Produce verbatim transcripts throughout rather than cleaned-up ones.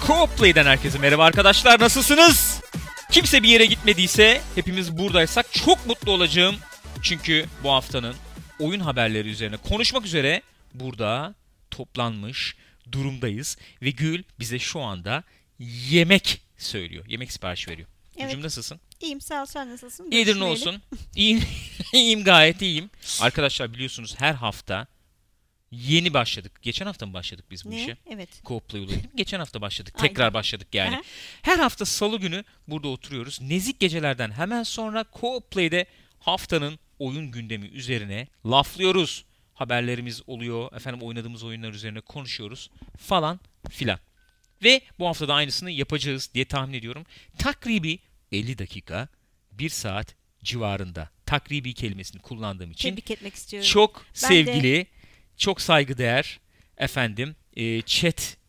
Co-Play'den herkese merhaba arkadaşlar, nasılsınız? Kimse bir yere gitmediyse, hepimiz buradaysak çok mutlu olacağım. Çünkü bu haftanın oyun haberleri üzerine konuşmak üzere burada toplanmış durumdayız. Ve Gül bize şu anda yemek söylüyor, yemek siparişi veriyor. Evet. Gülcüm nasılsın? İyiyim, sağ ol, sen nasılsın? İyidir, ne olsun. İyiyim, iyiyim, gayet iyiyim. Arkadaşlar biliyorsunuz her hafta yeni başladık. Geçen hafta mı başladık biz bu ne? işe? Evet. Co-Play olaydı. Geçen hafta başladık. Aynen. Tekrar başladık yani. Aha. Her hafta salı günü burada oturuyoruz. Nezik gecelerden hemen sonra Co-Play'de haftanın oyun gündemi üzerine laflıyoruz. Haberlerimiz oluyor. Efendim oynadığımız oyunlar üzerine konuşuyoruz falan filan. Ve bu hafta da aynısını yapacağız diye tahmin ediyorum. Takribi elli dakika, bir saat civarında. Takribi kelimesini kullandığım için Tebrik etmek istiyorum. çok Ben sevgili, de... çok saygıdeğer efendim e, chat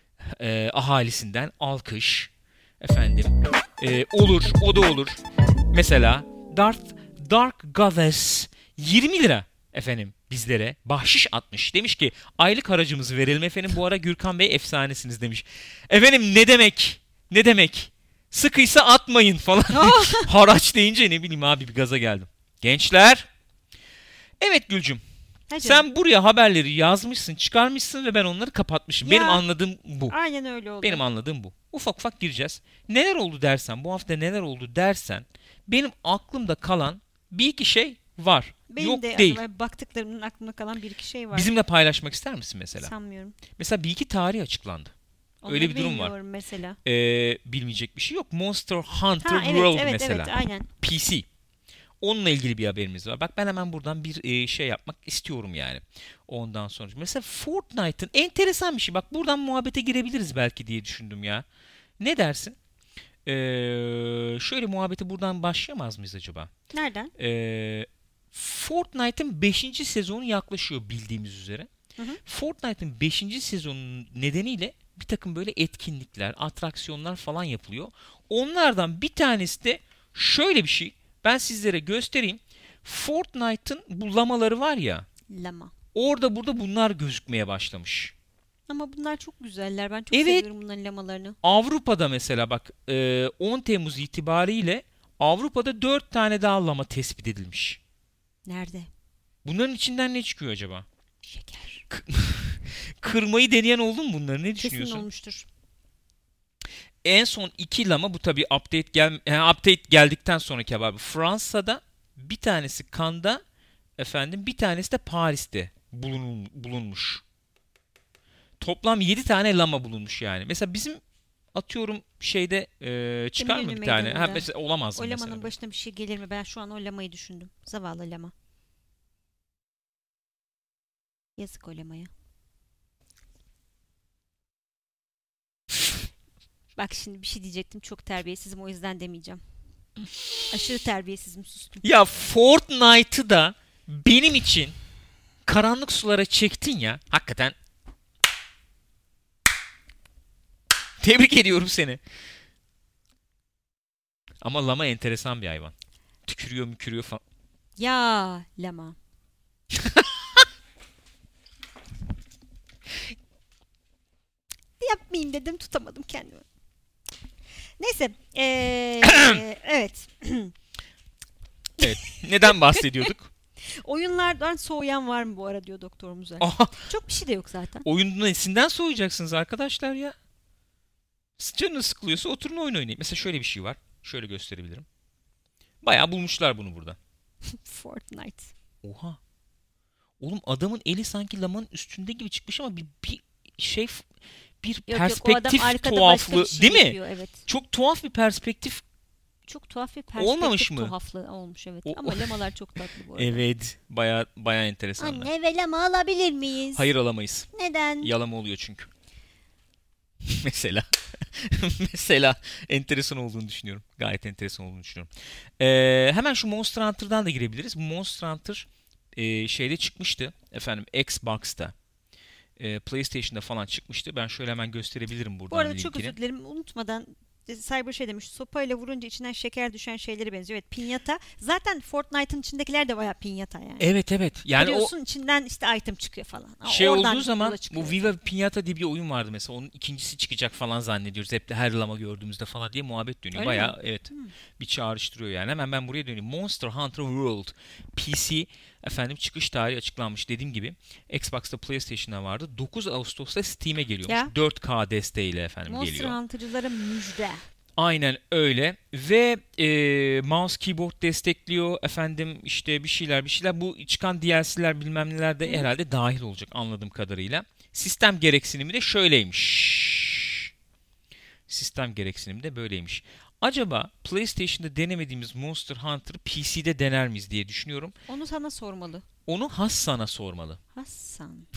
e, ahalisinden alkış efendim e, olur, o da olur. Mesela Darth Dark Goddess yirmi lira efendim bizlere bahşiş atmış. Demiş ki aylık haracımızı verelim efendim, bu ara Gürkan Bey efsanesiniz demiş. Efendim ne demek? Ne demek? Sıkıysa atmayın falan. Haraç deyince ne bileyim abi, bir gaza geldim. Gençler. Evet Gülcüm. Hadi. Sen buraya haberleri yazmışsın, çıkarmışsın ve ben onları kapatmışım. Ya, Benim anladığım bu. Aynen öyle oldu. Benim anladığım bu. Ufak ufak gireceğiz. Neler oldu dersen, bu hafta neler oldu dersen, benim aklımda kalan bir iki şey var. Benim Yok de değil. baktıklarımın aklımda kalan bir iki şey var. Bizimle paylaşmak ister misin mesela? Sanmıyorum. Mesela bir iki tarih açıklandı. Onları Öyle bir durum var. bilmiyorum mesela. Ee, bilmeyecek bir şey yok. Monster Hunter Ha, evet, World evet, mesela. Evet, aynen. P C. Onunla ilgili bir haberimiz var. Bak ben hemen buradan bir e, şey yapmak istiyorum yani. Ondan sonra. Mesela Fortnite'ın enteresan bir şey. Bak buradan muhabbete girebiliriz belki diye düşündüm ya. Ne dersin? Ee, şöyle muhabbete buradan başlayamaz mıyız acaba? Nereden? Ee, Fortnite'ın beşinci sezonu yaklaşıyor bildiğimiz üzere. Hı hı. Fortnite'ın beşinci sezonun nedeniyle bir takım böyle etkinlikler, atraksiyonlar falan yapılıyor. Onlardan bir tanesi de şöyle bir şey. Ben sizlere göstereyim. Fortnite'ın bu lamaları var ya. Lama. Orada burada bunlar gözükmeye başlamış. Ama bunlar çok güzeller. Ben çok Evet. seviyorum bunların lamalarını. Avrupa'da mesela bak on Temmuz itibariyle Avrupa'da dört tane daha lama tespit edilmiş. Nerede? Bunların içinden ne çıkıyor acaba? Şeker. Kırmayı deneyen oldu mu bunları? Ne düşünüyorsun? Kesin olmuştur. En son iki lama, bu tabii update gel yani update geldikten sonraki haber. Fransa'da bir tanesi Cannes'da efendim, bir tanesi de Paris'te bulun, bulunmuş. Toplam yedi tane lama bulunmuş yani. Mesela bizim atıyorum şeyde e, çıkar mı bir tane? Ha, mesela olamaz mı o mesela? lamanın başına bir şey gelir mi? Ben şu an o lamayı düşündüm. Zavallı lama. Yazık o lamaya. Bak şimdi bir şey diyecektim. Çok terbiyesizim, o yüzden demeyeceğim. Aşırı terbiyesizim, sustum. Ya Fortnite'ı da benim için karanlık sulara çektin ya. Hakikaten tebrik ediyorum seni. Ama lama enteresan bir hayvan. Tükürüyor mükürüyor falan. Ya lama. Yapmayayım dedim, tutamadım kendimi. Neyse. Ee, evet. Evet. Neden bahsediyorduk? Oyunlardan soğuyan var mı bu ara diyor Doktor Muzay. Aha. Çok bir şey de yok zaten. Oyunun nesinden soğuyacaksınız arkadaşlar ya? Canınız sıkılıyorsa oturun oyun oynayın. Mesela şöyle bir şey var. Şöyle gösterebilirim. Bayağı bulmuşlar bunu burada. Fortnite. Oha. Oğlum adamın eli sanki lamanın üstünde gibi çıkmış ama bir, bir şey bir Yok, perspektif yok, tuhaflığı şey değil mi? yapıyor, evet. Çok tuhaf bir perspektif. Çok tuhaf bir perspektif olmamış mı? tuhaflığı olmuş, evet. O, ama lamalar çok tatlı bu arada. Evet, bayağı bayağı enteresanlar. Anne ve lama alabilir miyiz? Hayır, alamayız. Neden? Yalama oluyor çünkü. Mesela. Mesela enteresan olduğunu düşünüyorum. Gayet enteresan olduğunu düşünüyorum. Ee, hemen şu Monster Hunter'dan da girebiliriz. Monster Hunter e, şeyde çıkmıştı. Efendim Xbox'ta. E, PlayStation'da falan çıkmıştı. Ben şöyle hemen gösterebilirim buradan Bu arada linkini. çok özür dilerim. Unutmadan Cyber şey demiş. Sopayla vurunca içinden şeker düşen şeylere benziyor. Evet, pinyata. Zaten Fortnite'ın içindekiler de bayağı pinyata yani. Evet evet. Yani Biliyorsun o içinden işte item çıkıyor falan. şey Oradan olduğu zaman yola çıkıyor. bu Viva Pinata diye bir oyun vardı mesela. Onun ikincisi çıkacak falan zannediyoruz. Hep de her lama gördüğümüzde falan diye muhabbet dönüyor. Öyle Bayağı mi? evet Hmm. bir çağrıştırıyor yani. Hemen ben buraya döneyim. Monster Hunter World P C efendim çıkış tarihi açıklanmış. Dediğim gibi Xbox'ta, PlayStation'da vardı. dokuz Ağustos'ta Steam'e geliyormuş. Ya. dört K desteğiyle efendim Monster geliyor. Hunter'cılara müjde. Aynen öyle ve e, mouse keyboard destekliyor efendim işte bir şeyler bir şeyler bu çıkan D L C'ler bilmem neler de Hı. herhalde dahil olacak anladığım kadarıyla. Sistem gereksinimi de şöyleymiş. Sistem gereksinimi de böyleymiş. Acaba PlayStation'da denemediğimiz Monster Hunter'ı P C'de dener miyiz diye düşünüyorum. Onu sana sormalı. Onu Hassan'a sormalı. Hassan.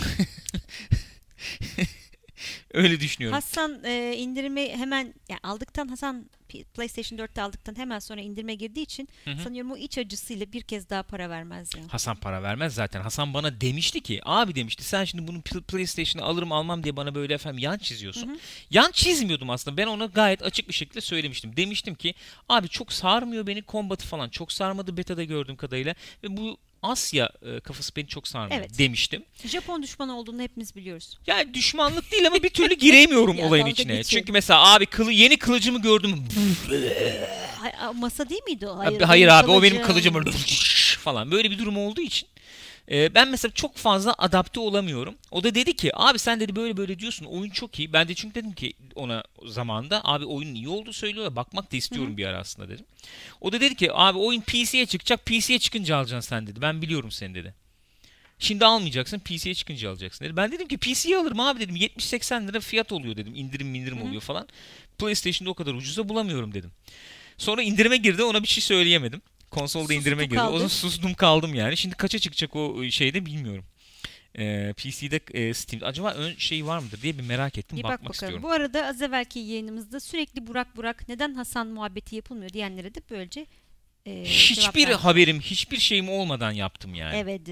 Öyle düşünüyorum. Hasan e, indirimi hemen yani aldıktan Hasan P- PlayStation dörtte aldıktan hemen sonra indirime girdiği için Hı hı. sanıyorum o iç acısıyla bir kez daha para vermez ya. Hasan para vermez zaten. Hasan bana demişti ki abi demişti sen şimdi bunu Pl- PlayStation'a alırım almam diye bana böyle efendim yan çiziyorsun. Hı hı. Yan çizmiyordum aslında. Ben ona gayet açık bir şekilde söylemiştim. Demiştim ki abi çok sarmıyor beni kombatı falan. Çok sarmadı beta'da gördüğüm kadarıyla. Ve bu Asya e, kafası beni çok sarmıyor Evet. demiştim. Japon düşmanı olduğunu hepimiz biliyoruz. Yani düşmanlık değil ama bir türlü giremiyorum Ya olayın dalga içine. geçiyor. Çünkü mesela abi kılı, yeni kılıcımı gördüm. Hay- a- masa değil miydi o? Hayır, benim hayır abi o benim kılıcım. kılıcım falan böyle bir durum olduğu için e, ben mesela çok fazla adapte olamıyorum. O da dedi ki abi sen dedi böyle böyle diyorsun oyun çok iyi. Ben de çünkü dedim ki ona zamanında abi oyunun iyi olduğu söylüyor. Bakmak da istiyorum Hı hı. bir ara aslında dedim. O da dedi ki abi oyun P C'ye çıkacak. P C'ye çıkınca alacaksın sen dedi. Ben biliyorum seni dedi. Şimdi almayacaksın P C'ye çıkınca alacaksın dedi. Ben dedim ki P C'ye alırım abi dedim. yetmiş seksen lira fiyat oluyor dedim. İndirim indirim Hı hı. oluyor falan. PlayStation'da o kadar ucuza bulamıyorum dedim. Sonra indirime girdi ona bir şey söyleyemedim. Konsolda Sustum indirime girdi. kaldı. O zaman sustum kaldım yani. Şimdi kaça çıkacak o şeyde bilmiyorum. Ee, P C'de e, Steam. Acaba ön şey var mıdır diye bir merak ettim. Bir bak Bakmak bakalım. istiyorum. Bu arada az evvelki yayınımızda sürekli Burak Burak neden Hasan muhabbeti yapılmıyor diyenlere de böylece e, cevap Hiçbir vermiş. haberim, hiçbir şeyim olmadan yaptım yani. Evet.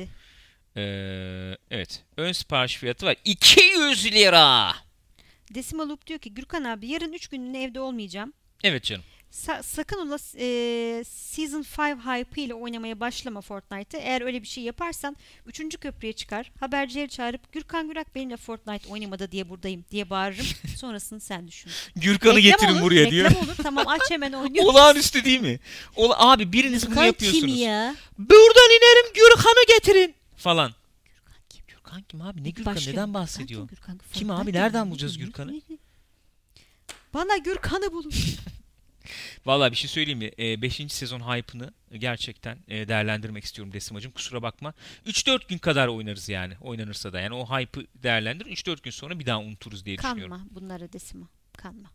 Ee, evet. Ön sipariş fiyatı var. iki yüz lira. Decimal Loop diyor ki Gürkan abi yarın üç günlüğüne evde olmayacağım. Evet canım. Sa- sakın ola e, Season beş hype ile oynamaya başlama Fortnite'ı. Eğer öyle bir şey yaparsan üçüncü köprüye çıkar. Habercileri çağırıp Gürkan Gürak benimle Fortnite oynamadı diye buradayım diye bağırırım. Sonrasını sen düşün. Gürkan'ı Reklam getirin olur, buraya diyor. reklam olur. Tamam aç hemen oynuyor. Olağanüstü değil mi? Ola abi biriniz bunu Gürkan yapıyorsunuz. kim ya? Buradan inerim Gürkan'ı getirin falan. Gürkan kim? Gürkan kim abi? Ne Gürkan? Başka- Neden bahsediyor? Gürkan kim? Kim Fortnite abi? kim? Nereden bulacağız Gürkan'ı? Bana Gürkan'ı bulun. Vallahi bir şey söyleyeyim mi? Ee, beşinci sezon hype'ını gerçekten e, değerlendirmek istiyorum Desimacığım. Kusura bakma. üç dört gün kadar oynarız yani. Oynanırsa da. Yani o hype'ı değerlendir. üç dört gün sonra bir daha unuturuz diye düşünüyorum. Kanma bunlara Desima. Kanma.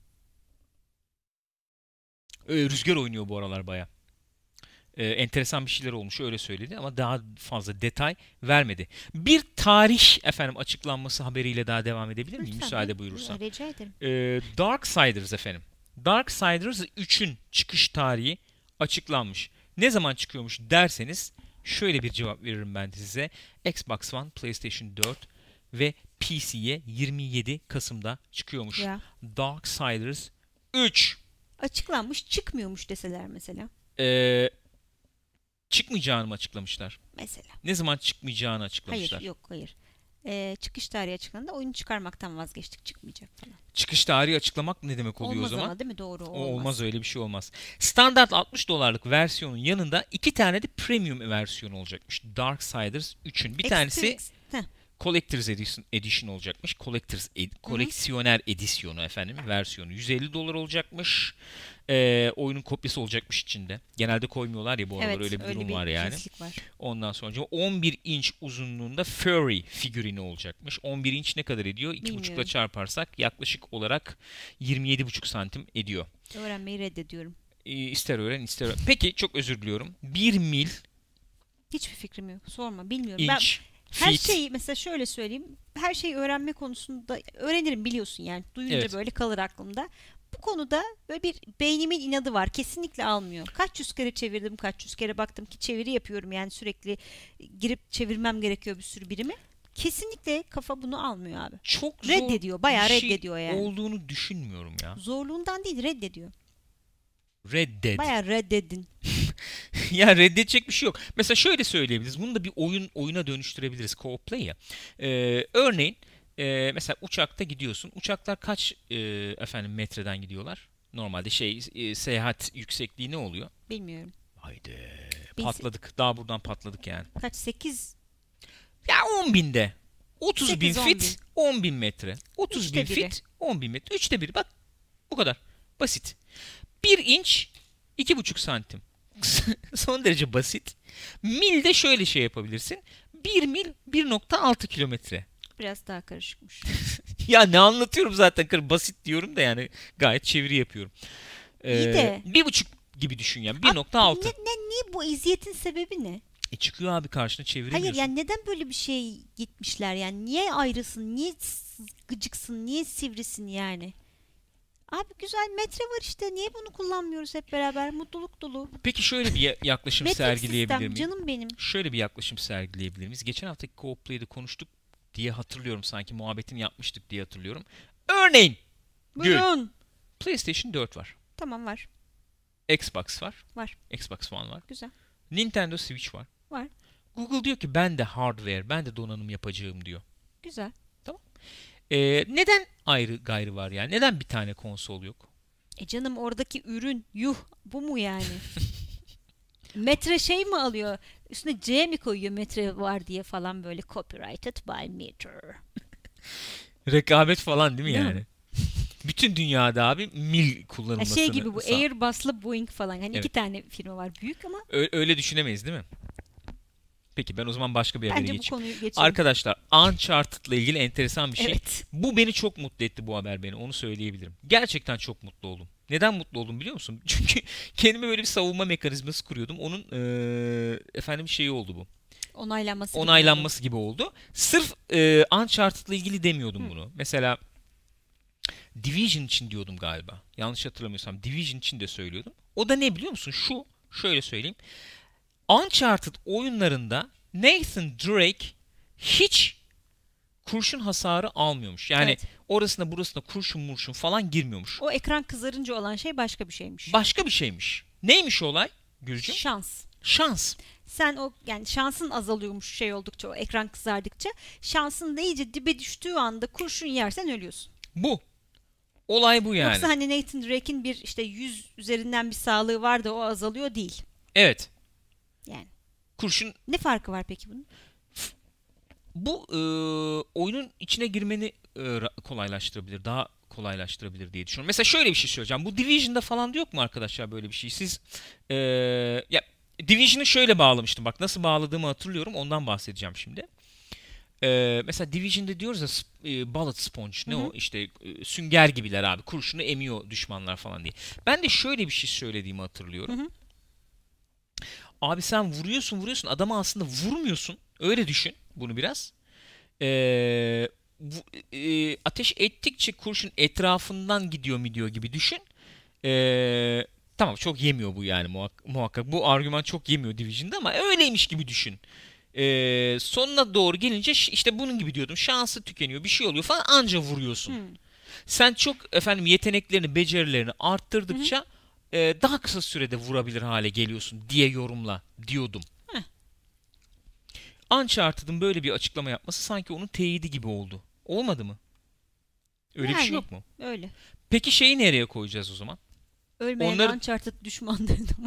Ee, Rüzgar oynuyor bu aralar baya. Ee, enteresan bir şeyler olmuş öyle söyledi ama daha fazla detay vermedi. Bir tarih efendim açıklanması haberiyle daha devam edebilir miyim? Lütfen, Müsaade evet, buyurursan. rica ederim. Ee, Darksiders efendim. Darksiders üçün çıkış tarihi açıklanmış. Ne zaman çıkıyormuş derseniz şöyle bir cevap veririm ben size. Xbox One, PlayStation dört ve P C'ye yirmi yedi Kasım'da çıkıyormuş. Ya. Darksiders üç. Açıklanmış çıkmıyormuş deseler mesela. Ee, çıkmayacağını mı açıklamışlar? Mesela. Ne zaman çıkmayacağını açıklamışlar. Hayır yok hayır. Ee, çıkış tarihi açıklandı. Oyunu çıkarmaktan vazgeçtik. Çıkmayacak falan. Çıkış tarihi açıklamak ne demek oluyor Olmaz o zaman? ama değil mi? Doğru. O O olmaz. olmaz öyle bir şey olmaz. Standart altmış dolarlık versiyonun yanında iki tane de premium versiyonu olacakmış. Darksiders üçün. Bir Extra- tanesi Heh, Collector's Edition, Edition olacakmış. Collector's ed- koleksiyoner edisyonu efendim versiyonu yüz elli dolar olacakmış. Ee, oyunun kopyası olacakmış içinde. Genelde koymuyorlar ya bu aralar evet, öyle bir durum bir var yani. cinslik var. Ondan sonra on bir inç uzunluğunda furry figürünü olacakmış. on bir inç ne kadar ediyor? iki buçukla Bilmiyorum. çarparsak yaklaşık olarak yirmi yedi buçuk santim ediyor. Öğrenmeyi reddediyorum. Ee, ister öğren ister öğren. Peki çok özür diliyorum. bir mil Hiçbir fikrim yok. Sorma. Bilmiyorum. Ben inç her feet. şeyi mesela şöyle söyleyeyim. Her şeyi öğrenme konusunda öğrenirim biliyorsun yani. Duyunca Evet. böyle kalır aklımda. Bu konuda böyle bir beynimin inadı var. Kesinlikle almıyor. Kaç yüz kere çevirdim, kaç yüz kere baktım ki çeviri yapıyorum yani sürekli girip çevirmem gerekiyor bir sürü birimi. Kesinlikle kafa bunu almıyor abi. Çok zor Reddediyor. Bayağı bir şey reddediyor yani. olduğunu düşünmüyorum ya. Zorluğundan değil, reddediyor. Reddet. Bayağı reddedin. Ya reddedecek bir şey yok. Mesela şöyle söyleyebiliriz. Bunu da bir oyun oyuna dönüştürebiliriz. Co-op play ya. Ee, örneğin e, mesela uçakta gidiyorsun. Uçaklar kaç e, efendim metreden gidiyorlar? Normalde şey e, seyahat yüksekliği ne oluyor? Bilmiyorum. Haydi Biz- patladık. Daha buradan patladık yani. Kaç? sekiz Ya on binde. otuz bin sekiz, on fit, on bin metre. otuz Üçte bin biri. fit, on bin metre. Üçte biri. Bak bu kadar. Basit. Bir inç, iki buçuk santim. Son derece basit. Milde şöyle şey yapabilirsin. Bir mil, bir nokta altı kilometre. Biraz daha karışıkmış. Ya ne anlatıyorum zaten. Kır- Basit diyorum da yani gayet çeviri yapıyorum. Ee, İyi de- Bir buçuk gibi düşün yani. Abi, bir nokta altı. Ne, ne, niye bu eziyetin sebebi ne? E çıkıyor abi karşına çeviremiyorsun. Hayır yani neden böyle bir şey gitmişler yani? Niye ayrısın? Niye s- gıcıksın? Niye sivrisin yani? Abi güzel metre var işte. Niye bunu kullanmıyoruz hep beraber? Mutluluk dolu. Peki şöyle bir ya- yaklaşım Metrik sergileyebilir sistem miyim? canım benim. Şöyle bir yaklaşım sergileyebilir miyiz? Geçen haftaki Co-op'layı konuştuk diye hatırlıyorum. Sanki muhabbetini yapmıştık diye hatırlıyorum. Örneğin Gül. Buyurun. PlayStation dört var. Tamam var. Xbox var. Var. Xbox One var. Güzel. Nintendo Switch var. Var. Google diyor ki ben de hardware, ben de donanım yapacağım diyor. Güzel. Ee, neden ayrı gayrı var yani? Neden bir tane konsol yok? E canım oradaki ürün yuh bu mu yani? Metre şey mi alıyor? Üstüne C mi koyuyor metre var diye falan böyle copyrighted by meter. Rekabet falan değil mi Değil mi? yani? Bütün dünyada abi mil Ha kullanılmasını şey gibi bu sağ- Airbus'la Boeing falan. Hani Evet. iki tane firma var büyük ama Ö- öyle düşünemeyiz değil mi? Peki ben o zaman başka bir habere bence bu geçeyim. konuyu geçelim. Arkadaşlar Uncharted'la ilgili enteresan bir şey. Evet. Bu beni çok mutlu etti, bu haber beni. Onu söyleyebilirim. Gerçekten çok mutlu oldum. Neden mutlu oldum biliyor musun? Çünkü kendime böyle bir savunma mekanizması kuruyordum. Onun eee, efendim şeyi oldu bu. Onaylanması. gibi Onaylanması gibi oldu. Sırf eee Uncharted'la ilgili demiyordum Hı. bunu. Mesela Division için diyordum galiba. Yanlış hatırlamıyorsam Division için de söylüyordum. O da ne biliyor musun? Şu, şöyle söyleyeyim. Uncharted oyunlarında Nathan Drake hiç kurşun hasarı almıyormuş. Yani Evet. orasına burasına kurşun murşun falan girmiyormuş. O ekran kızarınca olan şey başka bir şeymiş. Başka bir şeymiş. Neymiş o olay Gülcüm? Şans. Şans. Sen o yani şansın azalıyormuş şey oldukça o ekran kızardıkça. Şansın da iyice dibe düştüğü anda kurşun yersen ölüyorsun. Bu. Olay bu yani. Yoksa hani Nathan Drake'in bir işte yüz üzerinden bir sağlığı var da o azalıyor değil. Evet. Yani. Kurşun Ne farkı var peki bunun? bu e, oyunun içine girmeni e, ra- kolaylaştırabilir. Daha kolaylaştırabilir diye düşünüyorum. Mesela şöyle bir şey söyleyeceğim. Bu Division'da falan da yok mu arkadaşlar böyle bir şey? Siz e, ya Division'ı şöyle bağlamıştım. Bak nasıl bağladığımı hatırlıyorum. Ondan bahsedeceğim şimdi. E, mesela Division'da diyoruz ya sp- e, bullet sponge ne Hı hı. o? İşte e, sünger gibiler abi. Kurşunu emiyor düşmanlar falan diye. Ben de şöyle bir şey söylediğimi hatırlıyorum. Hı hı. Abi sen vuruyorsun vuruyorsun adama aslında vurmuyorsun. Öyle düşün bunu biraz. Ee, bu- e, ateş ettikçe kurşun etrafından gidiyor mu diyor gibi düşün. Ee, tamam çok yemiyor bu yani muhak- muhakkak. Bu argüman çok yemiyor Division'da ama öyleymiş gibi düşün. Ee, sonuna doğru gelince ş- işte bunun gibi diyordum. Şansı tükeniyor bir şey oluyor falan anca vuruyorsun. Hı. Sen çok efendim yeteneklerini, becerilerini arttırdıkça e, daha kısa sürede vurabilir hale geliyorsun diye yorumla diyordum. Heh. Uncharted'ın böyle bir açıklama yapması sanki onun teyidi gibi oldu. Olmadı mı? Öyle bir şey Yani. yok mu? Öyle. Peki şeyi nereye koyacağız o zaman? Ölmeyen Onları- Uncharted düşmanlarını mı?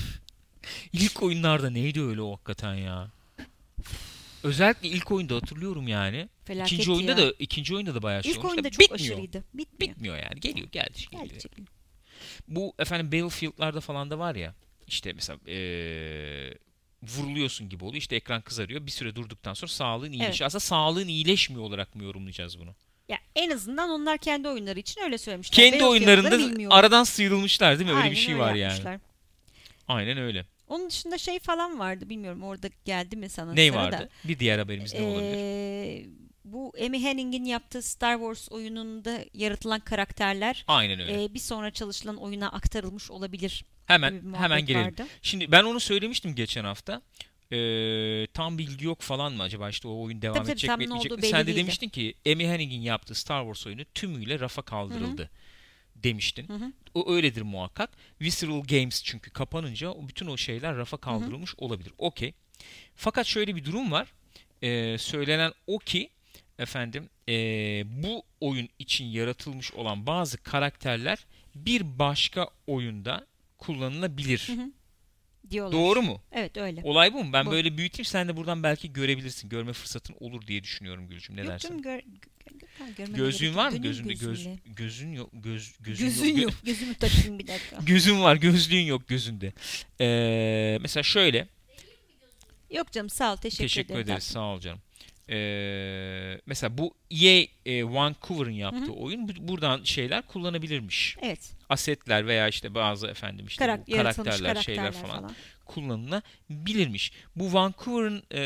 İlk oyunlarda neydi öyle o hakikaten ya? Özellikle ilk oyunda hatırlıyorum yani. Felaket İkinci oyunda ya. da ikinci oyunda da bayağı şey İlk olmuş da oyunda çok bitmiyor. aşırıydı. Bitmiyor. Bitmiyor yani. Geliyor geldi. Geliyor. Geldi çekil. Bu efendim Battlefield'larda falan da var ya. İşte mesela eee, vuruluyorsun gibi oluyor. İşte ekran kızarıyor. Bir süre durduktan sonra sağlığın iyileşiyor. Evet. Aslında sağlığın iyileşmiyor olarak mı yorumlayacağız bunu? Ya en azından onlar kendi oyunları için öyle söylemişler. Kendi Battlefield'ları oyunlarında bilmiyorum. aradan sıyrılmışlar değil mi? Öyle Aynen bir şey öyle var yani. yapmışlar. Aynen öyle. Onun dışında şey falan vardı. Bilmiyorum orada geldi mi sana Ne sırada? vardı? Bir diğer haberimiz ne olabilir? Ee, bu Amy Hennig'in yaptığı Star Wars oyununda yaratılan karakterler Aynen öyle. e, bir sonra çalışılan oyuna aktarılmış olabilir. gibi bir Hemen muhabbet hemen gelelim. vardı. Şimdi ben onu söylemiştim geçen hafta. Ee, tam bilgi yok falan mı acaba, işte o oyun devam Tabii tabii, edecek tam mi ne etmeyecek olduğu mi? belli Sen de değildi. demiştin ki Amy Hennig'in yaptığı Star Wars oyunu tümüyle rafa Hı hı. kaldırıldı demiştin. Hı hı. O öyledir muhakkak. Visceral Games çünkü kapanınca o bütün o şeyler rafa Hı hı. kaldırılmış olabilir. Okey. Fakat şöyle bir durum var. Ee, söylenen o ki efendim ee, bu oyun için yaratılmış olan bazı karakterler bir başka oyunda Hı kullanılabilir. hı. Diyorlar. Doğru mu? Evet öyle. Olay bu mu? Ben Bu. böyle büyüteyim, sen de buradan belki görebilirsin. Görme fırsatın olur diye düşünüyorum Gülcüm. Ne Yok dersin? canım, gör, gö- Gökhan, görmene Gözlüğün gerek var yok. mı? Gönül Gözünde göz gözüyle. gözün yok. Göz gözün Gözün yok. Gö- yok. Gözümü takayım bir dakika. gözün var, gözlüğün yok gözünde. Ee, mesela şöyle. Yok canım, sağ ol, teşekkür, Teşekkür ederim ederiz. tatlım. Sağ ol canım. Ee, mesela bu E A e, Vancouver'ın Hı yaptığı hı. oyun bu- buradan şeyler kullanabilirmiş. Evet. Asetler veya işte bazı efendim işte Karak bu yaratılmış karakterler, şeyler karakterler falan falan. kullanılabilirmiş. Bu Vancouver'ın e,